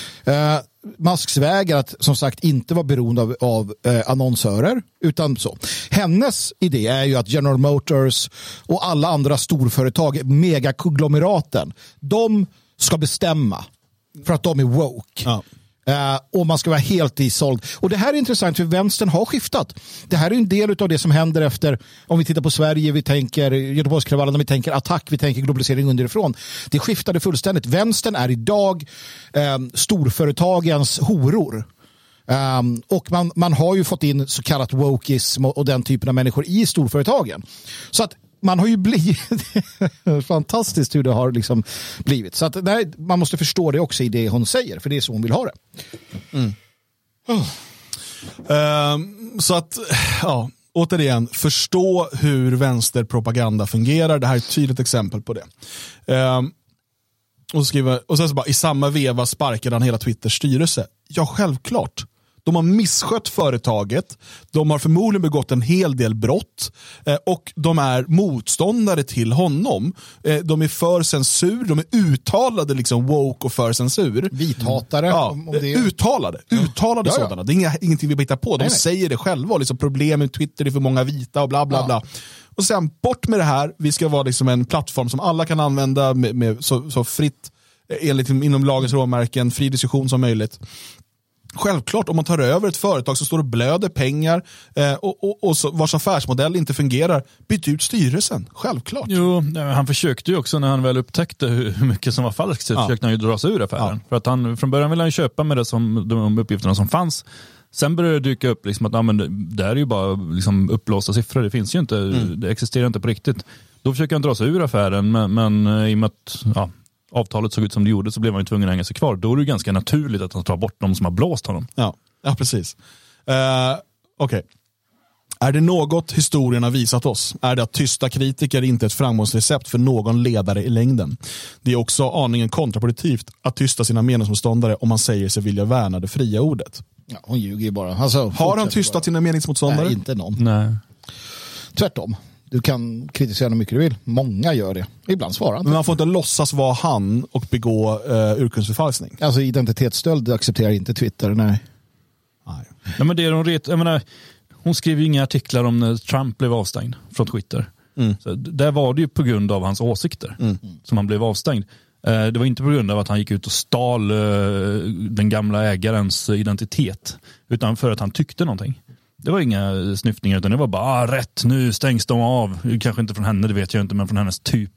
Musks väg är att som sagt inte vara beroende av annonsörer utan så. Hennes idé är ju att General Motors och alla andra storföretag, megakonglomeraten, de ska bestämma för att de är woke. Ja. Och man ska vara helt isåld. Och det här är intressant för vänstern har skiftat. Det här är en del av det som händer efter, om vi tittar på Sverige, vi tänker Göteborgskravallerna, vi tänker attack, vi tänker globalisering underifrån. Det skiftade fullständigt. Vänstern är idag storföretagens horor. Och man har ju fått in så kallat wokeism och den typen av människor i storföretagen. Så att man har ju blivit fantastiskt hur det har liksom blivit. Så att nej, man måste förstå det också i det hon säger, för det är så hon vill ha det. Så att, ja, återigen, förstå hur vänsterpropaganda fungerar. Det här är ett tydligt exempel på det. Och sen så bara, i samma veva sparkade han hela Twitters styrelse. Ja, självklart. De har misskött företaget, de har förmodligen begått en hel del brott och de är motståndare till honom. De är för censur, de är uttalade liksom woke och för censur. Vithatare. Ja, uttalade sådana. Det är ingenting vi hittar på. De säger det själva och liksom problem med Twitter, det är för många vita och bla bla bla. Och sen bort med det här, vi ska vara liksom en plattform som alla kan använda med så fritt enligt inom lagens råmärken, fri diskussion som möjligt. Självklart, om man tar över ett företag som står och blöder pengar och vars affärsmodell inte fungerar, byt ut styrelsen. Självklart. Jo, han försökte ju också när han väl upptäckte hur mycket som var falskt, så försökte han ju dra sig ur affären. För att han, från början ville han köpa med det som, de uppgifterna som fanns. Sen började det dyka upp liksom att det här är ju bara liksom upplåsta siffror, det finns ju inte, det existerar inte på riktigt. Då försöker han dra sig ur affären, men i och med att avtalet såg ut som det gjorde så blev man ju tvungen att hänga sig kvar. Då är det ganska naturligt att han tar bort de som har blåst honom. Ja precis. Okej. Är det något historien har visat oss är det att tysta kritiker inte är ett framgångsrecept för någon ledare i längden. Det är också aningen kontraproduktivt att tysta sina meningsmotståndare om man säger sig vilja värna det fria ordet. Ja, hon ljuger ju bara. Alltså, har han tystat sina meningsmotståndare? Nej, inte någon. Nej. Tvärtom. Du kan kritisera hur mycket du vill. Många gör det. Ibland svarar han. Men man får inte låtsas vara han och begå urkundsförfalskning. Alltså identitetsstöld accepterar inte Twitter, nej. Nej, men det är jag menar, hon skrev ju inga artiklar om när Trump blev avstängd från Twitter. Så där var det ju på grund av hans åsikter som han blev avstängd. Det var inte på grund av att han gick ut och stal den gamla ägarens identitet, utan för att han tyckte någonting. Det var inga snyftningar, utan det var bara rätt, nu stängs de av. Kanske inte från henne, det vet jag inte, men från hennes typ.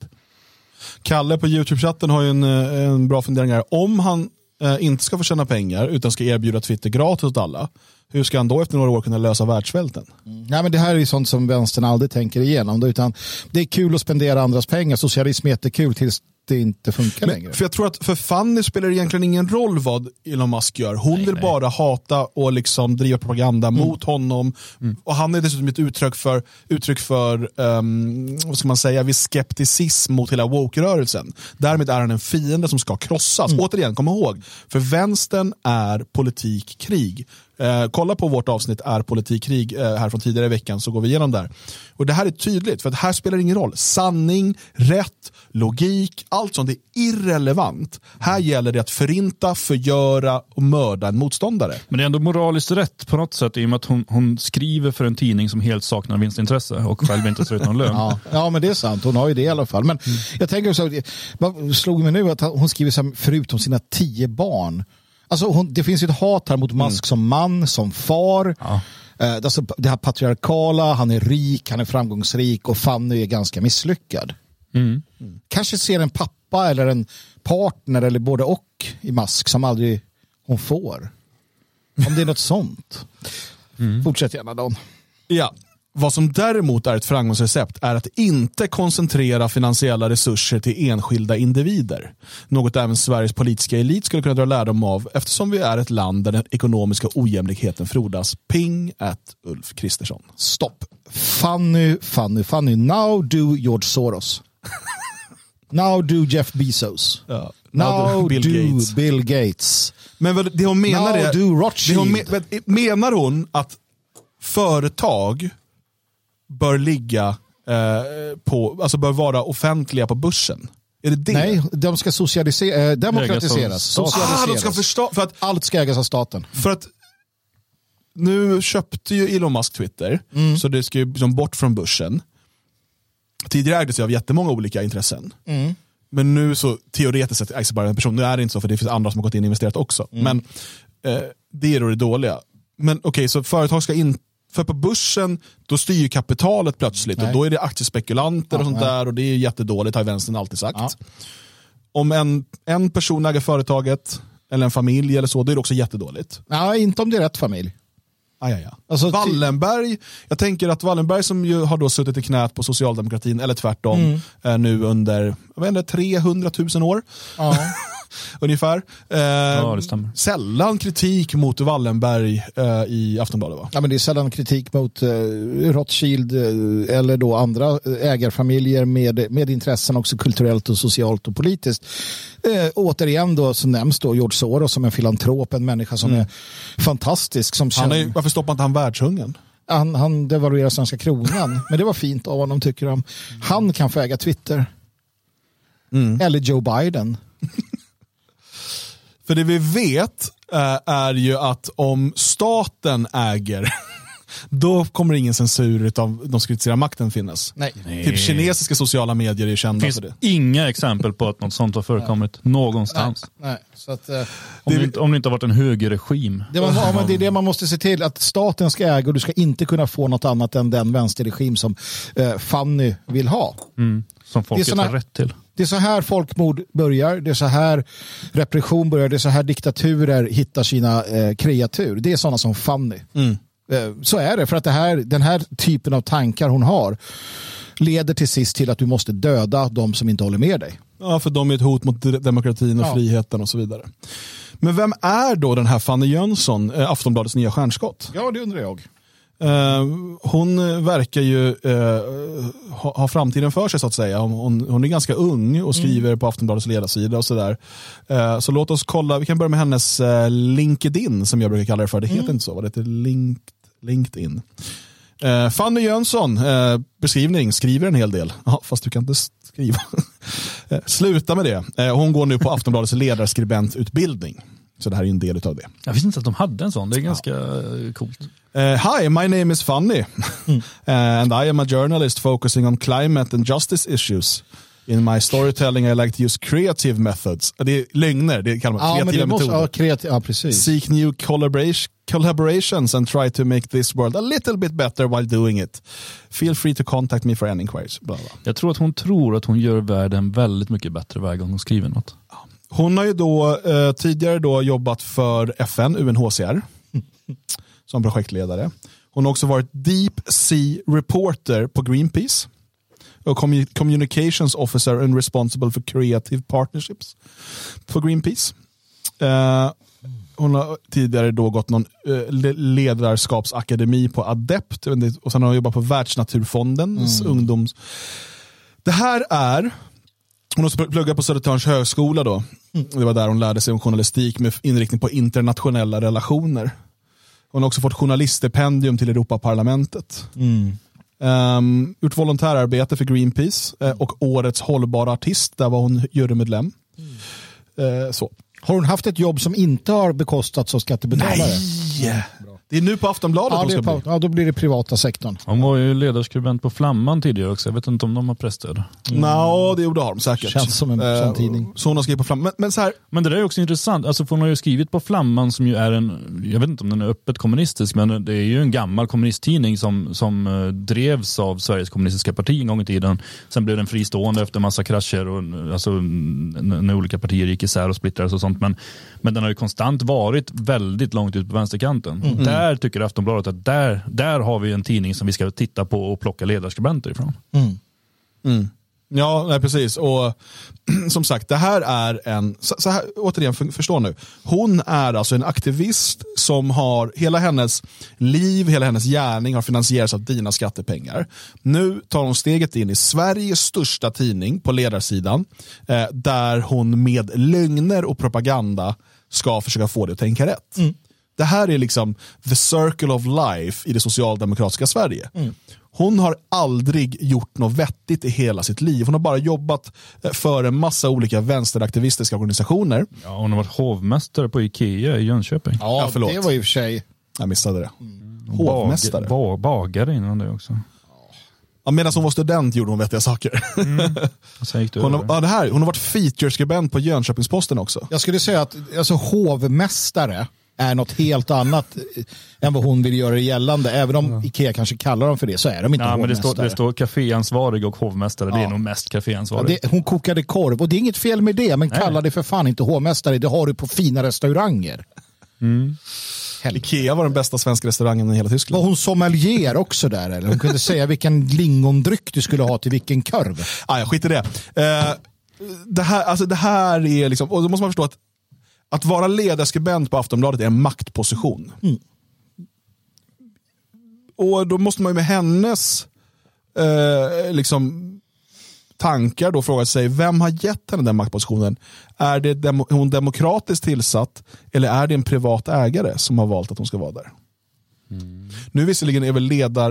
Kalle på YouTube-chatten har ju en bra fundering här. Om han inte ska få tjäna pengar utan ska erbjuda Twitter gratis åt alla, hur ska han då efter några år kunna lösa världssvälten? Nej, men det här är ju sånt som vänstern aldrig tänker igenom. Utan det är kul att spendera andras pengar. Socialism är jättekul det inte funkar längre. För jag tror att för Fanny spelar det egentligen ingen roll vad Elon Musk gör. Hon vill bara hata och liksom driva propaganda mot honom. Och han är dessutom ett uttryck för vad ska man säga, viss skepticism mot hela woke-rörelsen. Därmed är han en fiende som ska krossas. Återigen, kom ihåg. För vänstern är politik, krig. Kolla på vårt avsnitt är politikkrig här från tidigare i veckan, så går vi igenom där. Och det här är tydligt, för att här spelar det ingen roll. Sanning, rätt, logik, allt sånt är irrelevant. Här gäller det att förinta, förgöra och mörda en motståndare. Men det är ändå moraliskt rätt på något sätt, i och med att hon skriver för en tidning som helt saknar vinstintresse och själv inte tar ut någon lön. Ja, men det är sant. Hon har ju det i alla fall. Men jag tänker så, vad slog mig nu att hon skriver så här, förutom sina 10 barn. Alltså det finns ju ett hat här mot Musk som man, som far. Ja. Alltså det här patriarkala, han är rik, han är framgångsrik och Fanny är ganska misslyckad. Kanske ser en pappa eller en partner eller både och i Musk som aldrig hon får. Om det är något sånt. Fortsätt gärna, Don. Ja. Vad som däremot är ett framgångsrecept är att inte koncentrera finansiella resurser till enskilda individer. Något även Sveriges politiska elit skulle kunna dra lärdom av, eftersom vi är ett land där den ekonomiska ojämlikheten frodas. Ping at Ulf Kristersson. Stopp. Fanny. Now do George Soros. Now do Jeff Bezos. Ja. Now do Bill Gates. Men det hon menar now är... do Rothschild. Menar hon att företag bör ligga alltså bör vara offentliga på börsen? Är det? Nej, de ska demokratiseras. De ska förstå, för att allt ska ägas av staten. För att nu köpte ju Elon Musk Twitter, så det ska ju liksom bort från börsen. Tidigare ägdes det av jättemånga olika intressen. Men nu så teoretiskt sett ägs bara en person. Nu är det inte så, för det finns andra som har gått in och investerat också. Men det är då det dåliga. Men okej, så företag ska inte. För på börsen, då styr kapitalet plötsligt. Och då är det aktiespekulanter och sånt där. Och det är jättedåligt, har vänstern alltid sagt. Ja. Om en person äger företaget, eller en familj eller så, då är det också jättedåligt. Ja, inte om det är rätt familj. Ja. Alltså, Wallenberg, jag tänker att Wallenberg som ju har då suttit i knät på socialdemokratin, eller tvärtom, nu under 300 000 år. Ja. Ungefär. Det stämmer. Sällan kritik mot Wallenberg i Aftonbladet, va? Ja, men det är sällan kritik mot Rothschild eller då andra ägarfamiljer med intressen också kulturellt och socialt och politiskt. Återigen då så nämns då George Soros som en filantrop, en människa som är fantastisk. Varför stoppar inte han världshungern? Han devaluerar svenska kronan, men det var fint av honom, tycker de. Han kan få äga Twitter. Eller Joe Biden. För det vi vet är ju att om staten äger, då kommer ingen censur utav de ska kritisera makten finnas. Nej. Typ kinesiska sociala medier är kända finns för det. Inga exempel på att något sånt har förekommit någonstans. Nej. Så att, om det inte har varit en högerregim. Det är det man måste se till, att staten ska äga och du ska inte kunna få något annat än den vänsterregim som Fanny vill ha. Som folket har rätt till. Det är så här folkmord börjar, det är så här repression börjar, det är så här diktaturer hittar sina kreatur. Det är sådana som Fanny. Så är det, för att den här typen av tankar hon har leder till sist till att du måste döda de som inte håller med dig. Ja, för de är ett hot mot demokratin och friheten och så vidare. Men vem är då den här Fanny Jönsson, Aftonbladets nya stjärnskott? Ja, det undrar jag. Hon verkar ju ha framtiden för sig, så att säga. Hon är ganska ung och skriver på Aftonbladets ledarsida och sådär. Så låt oss kolla, vi kan börja med hennes LinkedIn, som jag brukar kalla det för. Det heter inte så, vad det heter? LinkedIn. Fanny Jönsson, beskrivning, skriver en hel del. Ja, fast du kan inte skriva. Sluta med det. Hon går nu på Aftonbladets ledarskribentutbildning. Så det här är en del av det. Jag visste inte att de hade en sån. Det är ganska coolt. Hi, my name is Fanny. And I am a journalist focusing on climate and justice issues. In my storytelling I like to use creative methods. Det är lögner, det kallar man kreativa metoder. Ja, precis. Seek new collaborations and try to make this world a little bit better while doing it. Feel free to contact me for any inquiries. Blah, blah. Jag tror att hon gör världen väldigt mycket bättre varje gång hon skriver något. Hon har ju då tidigare då jobbat för FN, UNHCR, som projektledare. Hon har också varit Deep Sea Reporter på Greenpeace. och Communications Officer and Responsible for Creative Partnerships på Greenpeace. Hon har tidigare då gått någon ledarskapsakademi på Adept och sen har hon jobbat på Världsnaturfondens ungdoms. Det här är, hon har pluggat på Södertörns högskola då. Det var där hon lärde sig om journalistik med inriktning på internationella relationer. Hon har också fått journaliststipendium till Europaparlamentet. Gjort volontärarbete för Greenpeace och årets hållbara artist, där var hon jurymedlem. Så. Har hon haft ett jobb som inte har bekostats av skattebetalare? Nej! Det är nu på Aftonbladet då blir det privata sektorn. Hon var ju ledarskribent på Flamman tidigare också. Jag vet inte om de har presstöd. Nej, det gjorde de säkert. Känns som en tidning. Så hon har skrivit på Flamman. Men så här... Men det där är också intressant. Alltså, hon har ju skrivit på Flamman som ju är jag vet inte om den är öppet kommunistisk, men det är ju en gammal kommunisttidning som drevs av Sveriges kommunistiska parti en gång i tiden. Sen blev den fristående efter massa krascher och alltså, när olika partier gick isär och splittrades och sånt. Men den har ju konstant varit väldigt långt ut på vänsterkanten. Där tycker Aftonbladet att där har vi en tidning som vi ska titta på och plocka ledarskribenter ifrån. Ja, nej, precis. Och som sagt, det här är en... Så här, återigen, förstå nu. Hon är alltså en aktivist som har... Hela hennes liv, hela hennes gärning har finansierats av dina skattepengar. Nu tar hon steget in i Sveriges största tidning på ledarsidan, där hon med lögner och propaganda ska försöka få det att tänka rätt. Det här är liksom the circle of life i det socialdemokratiska Sverige. Hon har aldrig gjort något vettigt i hela sitt liv. Hon har bara jobbat för en massa olika vänsteraktivistiska organisationer. Ja, hon har varit hovmästare på Ikea i Jönköping. Ja, förlåt. Det var ju för sig... Jag missade det. Hovmästare. Bagare innan det också. Ja, medan hon var student gjorde hon vettiga saker. Hon har varit featureskribent på Jönköpingsposten också. Jag skulle säga att alltså, hovmästare är något helt annat än vad hon vill göra gällande. Även om Ikea kanske kallar dem för det, så är de inte hovmästare. Men det står kaféansvarig och hovmästare. Det är nog mest kaféansvarig. Hon kokade korv och det är inget fel med det, men kalla det för fan inte hovmästare. Det har du på fina restauranger. Ikea var den bästa svenska restaurangen i hela Tyskland. Var hon sommelier också där? Eller? Hon kunde säga vilken lingondryck du skulle ha till vilken korv. Jag skiter i det. Det här är liksom, och då måste man förstå att vara ledarskribent på Aftonbladet är en maktposition. Och då måste man ju med hennes liksom tankar då fråga sig, vem har gett henne den maktpositionen? Är det hon demokratiskt tillsatt, eller är det en privat ägare som har valt att hon ska vara där? Nu visserligen är väl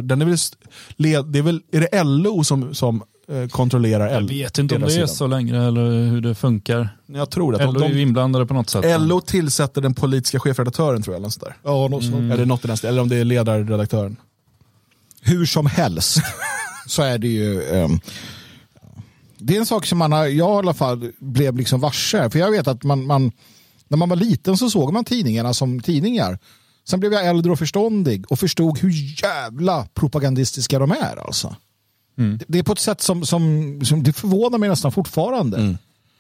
är det LO som kontrollerar. Jag vet inte om det är så längre eller hur det funkar. Jag tror att LO är inblandade på något sätt. LO tillsätter den politiska chefredaktören, tror jag. Eller sådär. Ja, något sånt. Eller något i nästa, eller om det är ledarredaktören. Hur som helst så är det ju... det är en sak som jag i alla fall blev liksom varse. För jag vet att man när man var liten så såg man tidningarna som tidningar. Sen blev jag äldre och förståndig och förstod hur jävla propagandistiska de är alltså. Det är på ett sätt som det förvånar mig nästan fortfarande.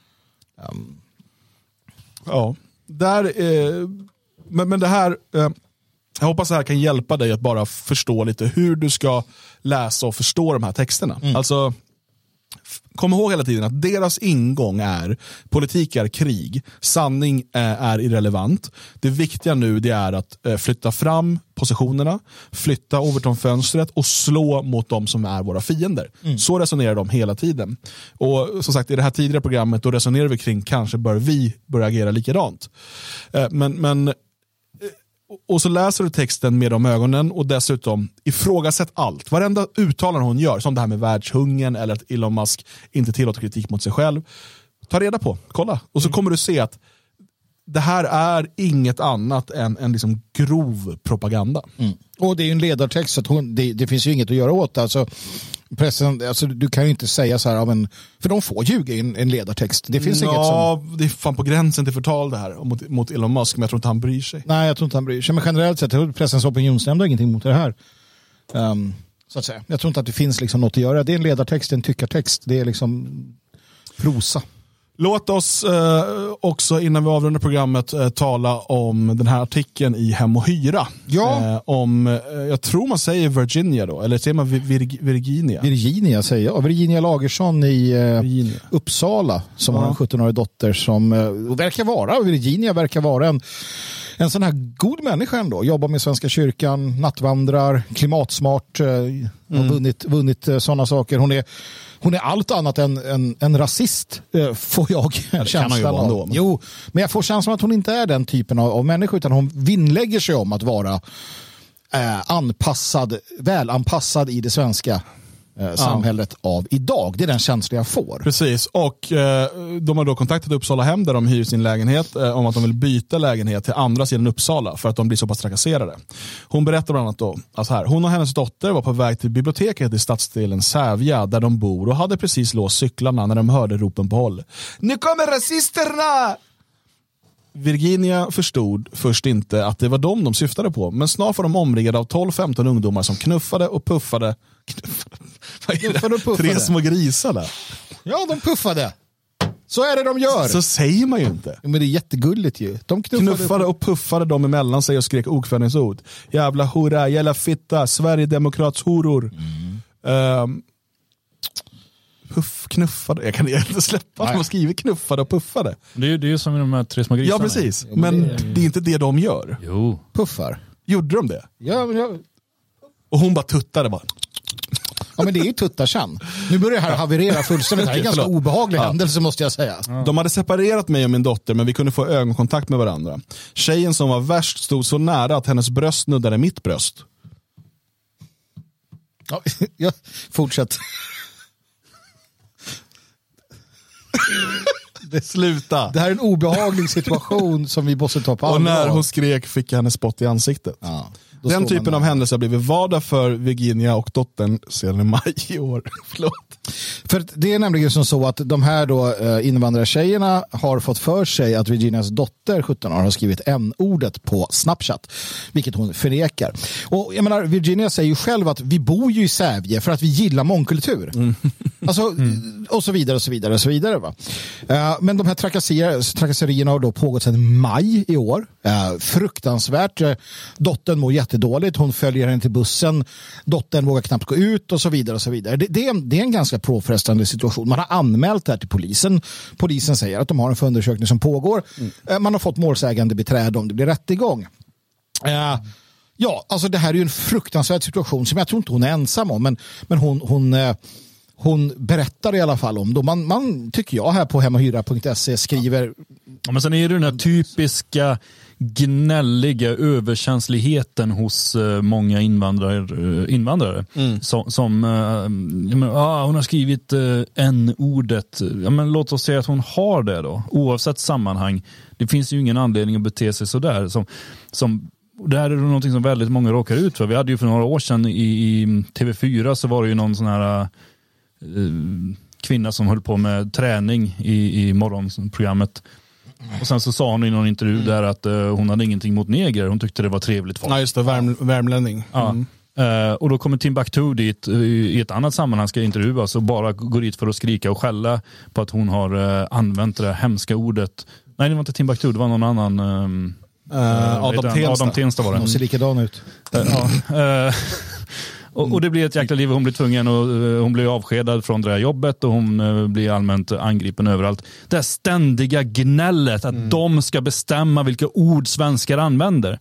Ja, men det här... Jag hoppas det här kan hjälpa dig att bara förstå lite hur du ska läsa och förstå de här texterna. Alltså, kom ihåg hela tiden att deras ingång är politik är krig, sanning är irrelevant. Det viktiga nu det är att flytta fram positionerna, flytta Overton-fönstret och slå mot de som är våra fiender. Så resonerar de hela tiden. Och som sagt, i det här tidigare programmet då resonerar vi kring kanske bör vi börja agera likadant. Men och så läser du texten med de ögonen och dessutom ifrågasätt allt. Varenda uttalande hon gör, som det här med världshungern eller att Elon Musk inte tillåter kritik mot sig själv. Ta reda på, kolla. Och så kommer du se att det här är inget annat än en liksom grov propaganda. Och det är ju en ledartext så att det finns ju inget att göra åt. Alltså, pressen, alltså, du kan ju inte säga så här, för de får ljuga i en ledartext. Det finns inget som... det är fan på gränsen till förtal det här mot Elon Musk, men jag tror inte han bryr sig. Nej, jag tror inte han bryr sig. Men generellt sett, pressens opinionsnämnd har ingenting mot det här. Så att säga. Jag tror inte att det finns liksom något att göra. Det är en ledartext, en tyckartext. Det är liksom prosa. Låt oss också innan vi avrundar programmet tala om den här artikeln i Hem och Hyra. Ja. Om, jag tror man säger Virginia då, eller säger man Virginia? Virginia säger jag. Virginia Lagersson i Uppsala som har en 17-årig dotter som Virginia verkar vara en sån här god människa ändå. Jobbar med Svenska kyrkan, nattvandrar, klimatsmart, har vunnit sådana saker. Hon är allt annat än en rasist, får jag känslan av. Jo, men jag får känslan att hon inte är den typen av människa, utan hon vinnlägger sig om att vara välanpassad i det svenska samhället av idag. Det är den känslan jag får. Precis, och de har då kontaktat Uppsala Hem där de hyr sin lägenhet om att de vill byta lägenhet till andra sidan Uppsala för att de blir så pass trakasserade. Hon berättar bland annat då, alltså här, hon och hennes dotter var på väg till biblioteket i stadsdelen Sävja där de bor och hade precis låst cyklarna när de hörde ropen på håll. Nu kommer rasisterna! Virginia förstod först inte att det var de syftade på, men snart var de omringade av 12-15 ungdomar som knuffade och puffade. Tre små grisar där. Ja, de puffade. Så är det de gör. Så säger man ju inte. Men det är jättegulligt ju. De knuffade och puffade dem emellan sig och skrek okvädningsord. Jävla hora, jävla fitta, Sverigedemokrats horor. Knuffade. Jag kan inte släppa att man skriver knuffade och puffade. Det är ju som de här tre små grisarna. Ja, precis. Men det är inte det de gör. Jo. Puffar. Gjorde de det? Ja. Och hon bara tuttade bara. Ja, men det är ju tuttarkänn. Nu börjar det här haverera fullständigt. Det här är en ganska obehaglig händelse, måste jag säga. Ja. De hade separerat mig och min dotter, men vi kunde få ögonkontakt med varandra. Tjejen som var värst stod så nära att hennes bröst nuddade mitt bröst. Ja, fortsätt. Sluta. Det här är en obehaglig situation som vi måste ta på allvar. Och när hon skrek fick jag hennes spott i ansiktet. Ja. Den typen av händelser har blivit vardag för Virginia och dottern sedan i maj i år. Förlåt. För det är nämligen som så att de här då invandrartjejerna har fått för sig att Virginias dotter 17 år har skrivit n-ordet på Snapchat, vilket hon förnekar. Och jag menar, Virginia säger ju själv att vi bor ju i Sävje för att vi gillar mångkultur. Alltså, och så vidare och så vidare och så vidare. Va? Men de här trakasserierna har då pågått sedan maj i år. Fruktansvärt. Dottern mår jättedåligt. Hon följer henne till bussen. Dottern vågar knappt gå ut och så vidare och så vidare. Det är en ganska påfrestande situation. Man har anmält det här till polisen. Polisen säger att de har en förundersökning som pågår. Man har fått målsägande beträde om det blir rättegång. Ja, alltså det här är ju en fruktansvärd situation som jag tror inte hon är ensam om. Men hon berättar i alla fall om då. Man tycker jag här på hemahyra.se skriver... Ja, men sen är det den här typiska gnälliga överkänsligheten hos många invandrare som hon har skrivit n-ordet. Ja, men låt oss säga att hon har det då, oavsett sammanhang. Det finns ju ingen anledning att bete sig så där som det här är någonting som väldigt många råkar ut för. Vi hade ju för några år sedan i TV4 så var det ju någon sån här kvinna som höll på med träning i morgonprogrammet. Och sen så sa hon i någon intervju där att hon hade ingenting mot negrer. Hon tyckte det var trevligt folk. Ja, just det. Värmlänning. Ja. Och då kommer Timbuktu dit i ett annat sammanhang ska intervjuas och bara går dit för att skrika och skälla på att hon har använt det hemska ordet. Nej, det var inte Timbuktu, det var någon annan... Adam Tensta var det. De ser likadan ut. Och det blir ett jäkla liv. Hon blir tvungen och hon blir avskedad från det här jobbet och hon blir allmänt angripen överallt. Det här ständiga gnället att de ska bestämma vilka ord svenskar använder.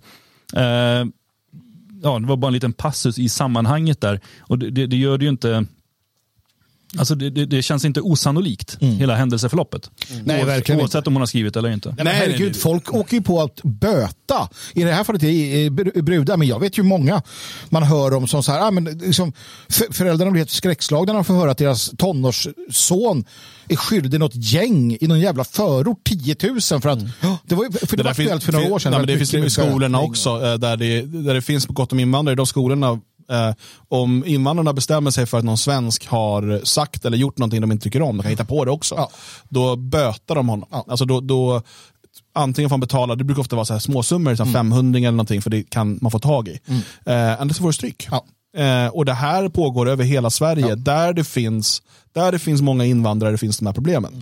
Det var bara en liten passus i sammanhanget där. Och det gör det ju inte... Alltså det känns inte osannolikt, hela händelseförloppet. Nej, verkligen oavsett inte. om hon har skrivit eller inte. Nej, herregud, folk åker ju på att böta. I det här fallet är brudar, men jag vet ju många man hör om som så här, men liksom, föräldrarna blir helt skräckslagna när de får höra att deras tonårsson är skyldig något gäng i någon jävla förort 10 000 för att det var aktuellt för några år sedan. Nej, men det finns i skolorna också där det finns gott om invandrare. De skolorna om invandrarna bestämmer sig för att någon svensk har sagt eller gjort någonting de inte tycker om, de kan hitta på det också. Då bötar de honom. Alltså då antingen får man betala, det brukar ofta vara så här småsummor, så 500 eller någonting, för det kan man få tag i. Eller så får du stryk. Och det här pågår över hela Sverige. Där det finns många invandrare finns de här problemen.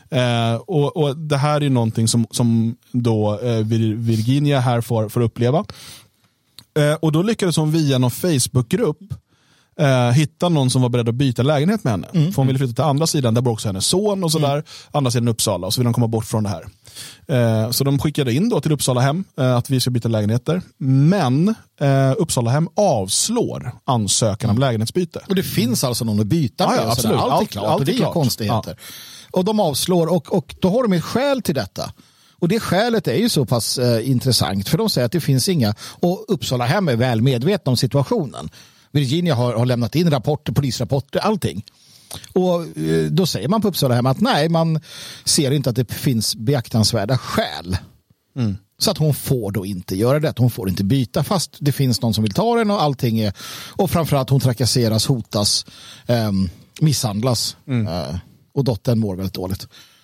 Och det här är någonting som då Virginia här får uppleva. Och då lyckades hon via någon Facebookgrupp hitta någon som var beredd att byta lägenhet med henne. För hon ville flytta till andra sidan, där bor också hennes son och sådär. Andra sidan Uppsala, och så vill de komma bort från det här. Så de skickade in då till Uppsala hem att vi ska byta lägenheter. Men Uppsala hem avslår ansökan om lägenhetsbyte. Och det finns alltså någon att byta med. Ja, absolut. Allt är klart, och det är inga konstigheter. Ja. Och de avslår, och då har de ett skäl till detta. Och det skälet är ju så pass intressant, för de säger att det finns inga, och Uppsala hem är väl medvetna om situationen. Virginia har lämnat in rapporter, polisrapporter, allting. Och då säger man på Uppsala hem att nej, man ser inte att det finns beaktansvärda skäl. Så att hon får då inte göra det. Hon får inte byta, fast det finns någon som vill ta den, och allting är, och framförallt hon trakasseras, hotas, misshandlas. Och dottern mår väldigt dåligt.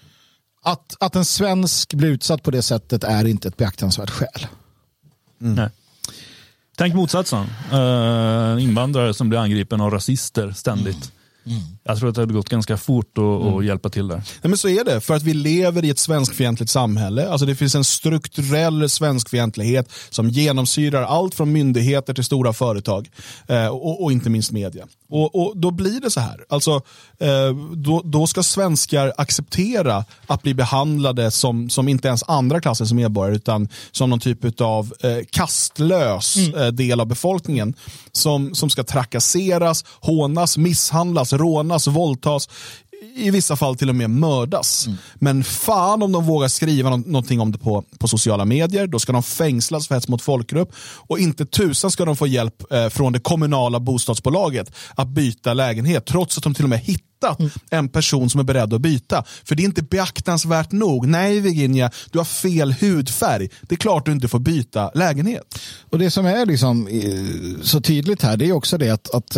Att en svensk blir utsatt på det sättet är inte ett beaktansvärt skäl. Nej. Tänk motsatsen. Invandrare som blir angripen av rasister ständigt. Jag tror att det hade gått ganska fort att hjälpa till där. Nej, men så är det, för att vi lever i ett svenskfientligt samhälle. Alltså det finns en strukturell svenskfientlighet som genomsyrar allt från myndigheter till stora företag och inte minst media. Och då blir det så här. Alltså, då ska svenskar acceptera att bli behandlade som inte ens andra klassens medborgare, utan som någon typ av kastlös del av befolkningen som ska trakasseras, hånas, misshandlas, rånas, våldtas, i vissa fall till och med mördas. Men fan om de vågar skriva någonting om det på sociala medier, då ska de fängslas för hets mot folkgrupp, och inte tusan ska de få hjälp från det kommunala bostadsbolaget att byta lägenhet, trots att de till och med hittat en person som är beredd att byta. För det är inte beaktansvärt nog. Nej, Virginia, du har fel hudfärg. Det är klart du inte får byta lägenhet. Och det som är liksom så tydligt här, det är också det att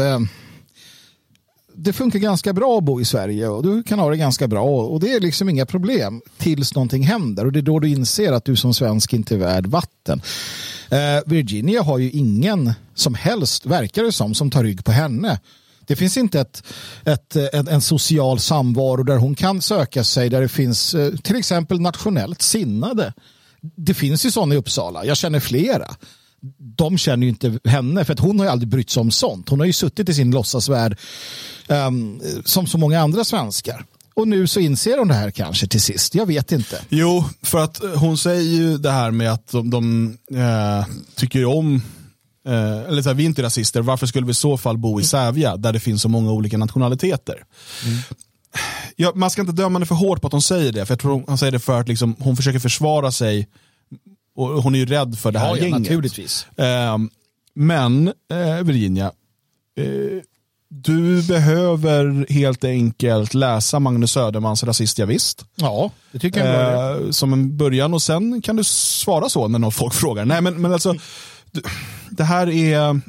det funkar ganska bra att bo i Sverige, och du kan ha det ganska bra, och det är liksom inga problem tills någonting händer, och det är då du inser att du som svensk inte är värd vatten. Virginia har ju ingen som helst, verkar det som tar rygg på henne. Det finns inte en social samvaro där hon kan söka sig, där det finns till exempel nationellt sinnade. Det finns ju sådana i Uppsala, jag känner flera. De känner ju inte henne, för att hon har ju aldrig brytt sig om sånt. Hon har ju suttit i sin låtsasvärld som så många andra svenskar. Och nu så inser hon det här kanske till sist. Jag vet inte. Jo, för att hon säger ju det här med att de tycker om eller så här, vi är inte rasister. Varför skulle vi i så fall bo i Sävja där det finns så många olika nationaliteter? Ja, man ska inte döma henne för hårt på att hon säger det. För jag tror hon säger det för att liksom, hon försöker försvara sig. Och hon är ju rädd för det här gänget. Naturligtvis. Men Virginia, du behöver helt enkelt läsa Magnus Södermans Rasist, jag visst. Ja, det tycker jag. Som en början, och sen kan du svara så när någon folk frågar. Nej, men alltså, det här är...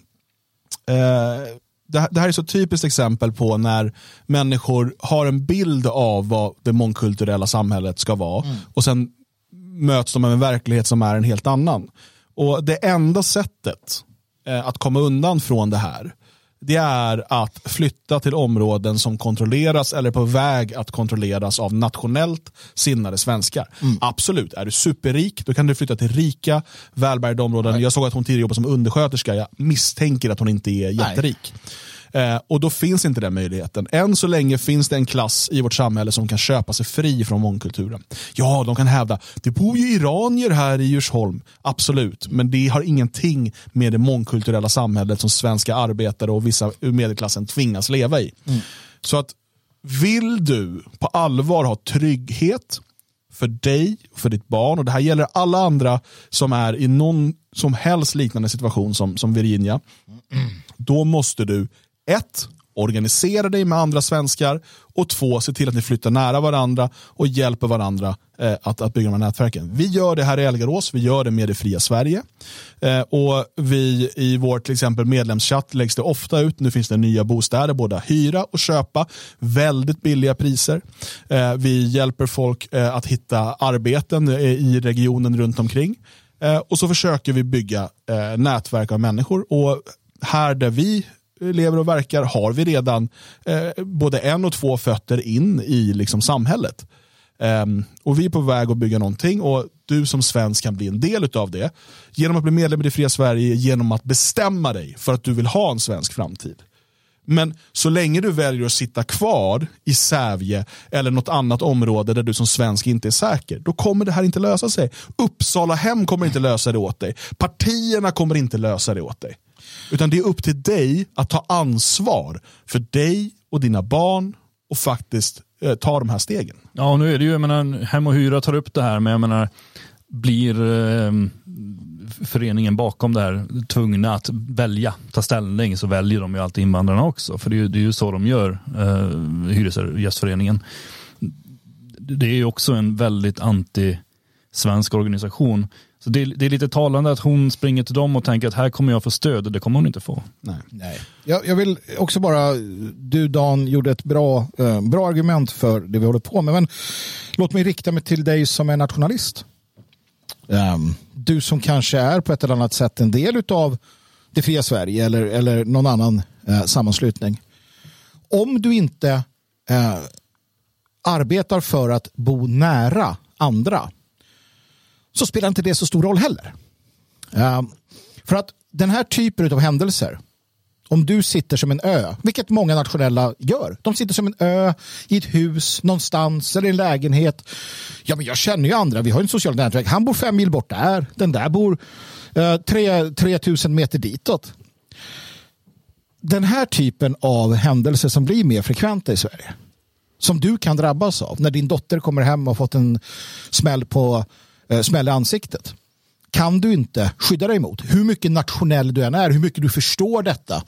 Det här är så typiskt exempel på när människor har en bild av vad det mångkulturella samhället ska vara, och sen möts de med en verklighet som är en helt annan. Och det enda sättet att komma undan från det här, det är att flytta till områden som kontrolleras eller är på väg att kontrolleras av nationellt sinnade svenskar. Absolut, är du superrik, då kan du flytta till rika, välbärgade områden. Nej. Jag såg att hon tidigare jobbar som undersköterska. Jag misstänker att hon inte är jätterik. Och då finns inte den möjligheten. Än så länge finns det en klass i vårt samhälle som kan köpa sig fri från mångkulturen. Ja, de kan hävda, det bor ju iranier här i Djursholm. Absolut, men det har ingenting med det mångkulturella samhället som svenska arbetare och vissa ur medelklassen tvingas leva i. Så att vill du på allvar ha trygghet för dig, för ditt barn, och det här gäller alla andra som är i någon som helst liknande situation som Virginia, då måste du 1. organisera dig med andra svenskar, och 2. se till att ni flyttar nära varandra och hjälper varandra att bygga de här nätverken. Vi gör det här i Elgarås, vi gör det med Det Fria Sverige, och vi i vårt till exempel medlemschatt läggs det ofta ut, nu finns det nya bostäder, både hyra och köpa, väldigt billiga priser. Vi hjälper folk att hitta arbeten i regionen runt omkring, och så försöker vi bygga nätverk av människor, och här där vi lever och verkar har vi redan både 1 och 2 fötter in i liksom samhället. Och vi är på väg att bygga någonting, och du som svensk kan bli en del av det genom att bli medlem i Det fria Sverige, genom att bestämma dig för att du vill ha en svensk framtid. Men så länge du väljer att sitta kvar i Sävje eller något annat område där du som svensk inte är säker, då kommer det här inte lösa sig. Uppsala hem kommer inte lösa det åt dig. Partierna kommer inte lösa det åt dig. Utan det är upp till dig att ta ansvar för dig och dina barn och faktiskt ta de här stegen. Ja, nu är det ju, jag menar, Hem och Hyra tar upp det här, men jag menar, blir föreningen bakom det här tvungna att ta ställning, så väljer de ju alltid invandrarna också. För det är ju så de gör, Hyresgästföreningen. Det är ju också en väldigt anti-svensk organisation. Så det är lite talande att hon springer till dem och tänker att här kommer jag få stöd, och det kommer hon inte få. Nej. Jag vill också bara, du Dan gjorde ett bra argument för det vi håller på med, men låt mig rikta mig till dig som är nationalist. Du som kanske är på ett eller annat sätt en del av Det fria Sverige eller någon annan sammanslutning. Om du inte arbetar för att bo nära andra, så spelar inte det så stor roll heller. För att den här typen av händelser, om du sitter som en ö, vilket många nationella gör, de sitter som en ö i ett hus någonstans eller i en lägenhet. Ja, men jag känner ju andra, vi har en social nätverk, han bor 5 mil bort där, den där bor 3000 meter ditåt. Den här typen av händelser som blir mer frekventa i Sverige, som du kan drabbas av när din dotter kommer hem och fått en smäll i ansiktet, kan du inte skydda dig emot. Hur mycket nationell du än är, hur mycket du förstår detta.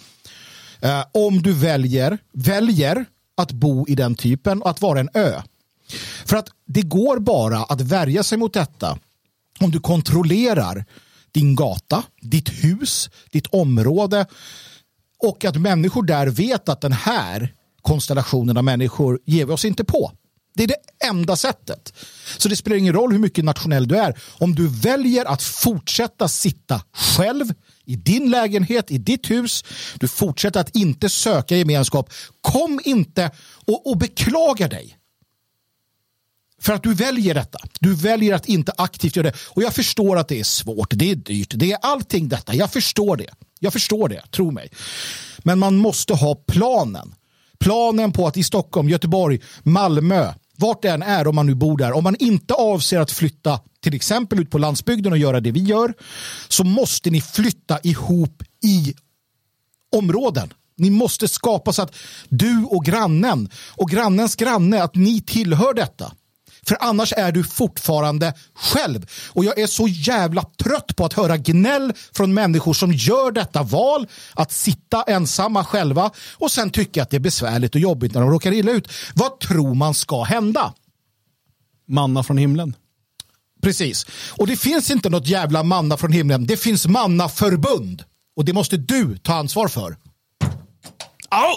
Om du väljer att bo i den typen och att vara en ö. För att det går bara att värja sig mot detta om du kontrollerar din gata, ditt hus, ditt område, och att människor där vet att den här konstellationen av människor ger vi oss inte på. Det är det enda sättet. Så det spelar ingen roll hur mycket nationell du är. Om du väljer att fortsätta sitta själv i din lägenhet, i ditt hus, du fortsätter att inte söka gemenskap, kom inte och beklaga dig. För att du väljer detta. Du väljer att inte aktivt göra det. Och jag förstår att det är svårt, det är dyrt, det är allting detta. Jag förstår det, tro mig. Men man måste ha planen. Planen på att i Stockholm, Göteborg, Malmö, vart det än är, om man nu bor där, om man inte avser att flytta till exempel ut på landsbygden och göra det vi gör, så måste ni flytta ihop i områden. Ni måste skapa så att du och grannen och grannens granne, att ni tillhör detta. För annars är du fortfarande själv. Och jag är så jävla trött på att höra gnäll från människor som gör detta val att sitta ensamma själva och sen tycka att det är besvärligt och jobbigt när de råkar illa ut. Vad tror man ska hända? Manna från himlen. Precis. Och det finns inte något jävla manna från himlen. Det finns mannaförbund. Och det måste du ta ansvar för. Au!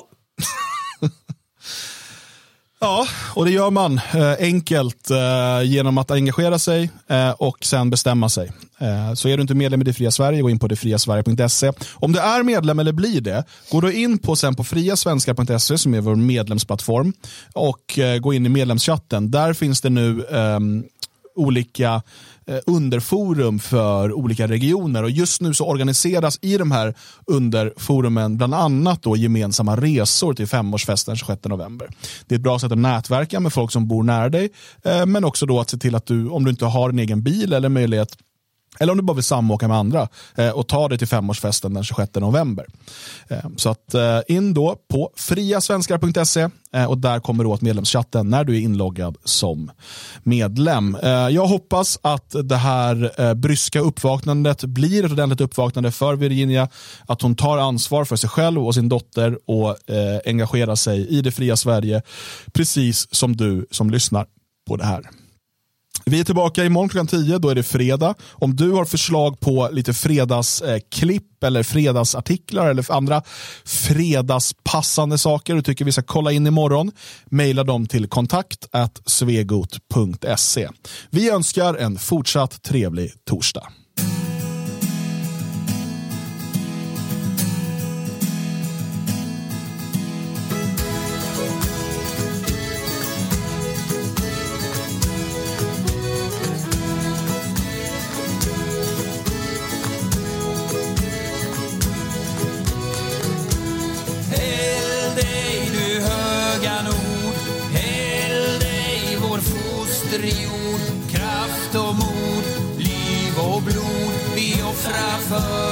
Ja, och det gör man enkelt genom att engagera sig och sen bestämma sig. Så är du inte medlem i Det fria Sverige, gå in på detfriasverige.se. Om du är medlem eller blir det, gå då in på friasvenskar.se som är vår medlemsplattform och gå in i medlemschatten. Där finns det nu olika underforum för olika regioner, och just nu så organiseras i de här underforumen bland annat då gemensamma resor till 5-årsfesten den 26 november. Det är ett bra sätt att nätverka med folk som bor nära dig, men också då att se till att du, om du inte har en egen bil eller möjlighet, eller om du bara vill samåka med andra och ta dig till 5-årsfesten den 26 november. Så att in då på friasvenskar.se och där kommer du åt medlemschatten när du är inloggad som medlem. Jag hoppas att det här bryska uppvaknandet blir ett ordentligt uppvaknande för Virginia, att hon tar ansvar för sig själv och sin dotter och engagerar sig i Det fria Sverige, precis som du som lyssnar på det här. Vi är tillbaka imorgon klockan 10, då är det fredag. Om du har förslag på lite fredagsklipp eller fredagsartiklar eller andra fredagspassande saker du tycker vi ska kolla in imorgon, mejla dem till kontakt@svegot.se. Vi önskar en fortsatt trevlig torsdag. för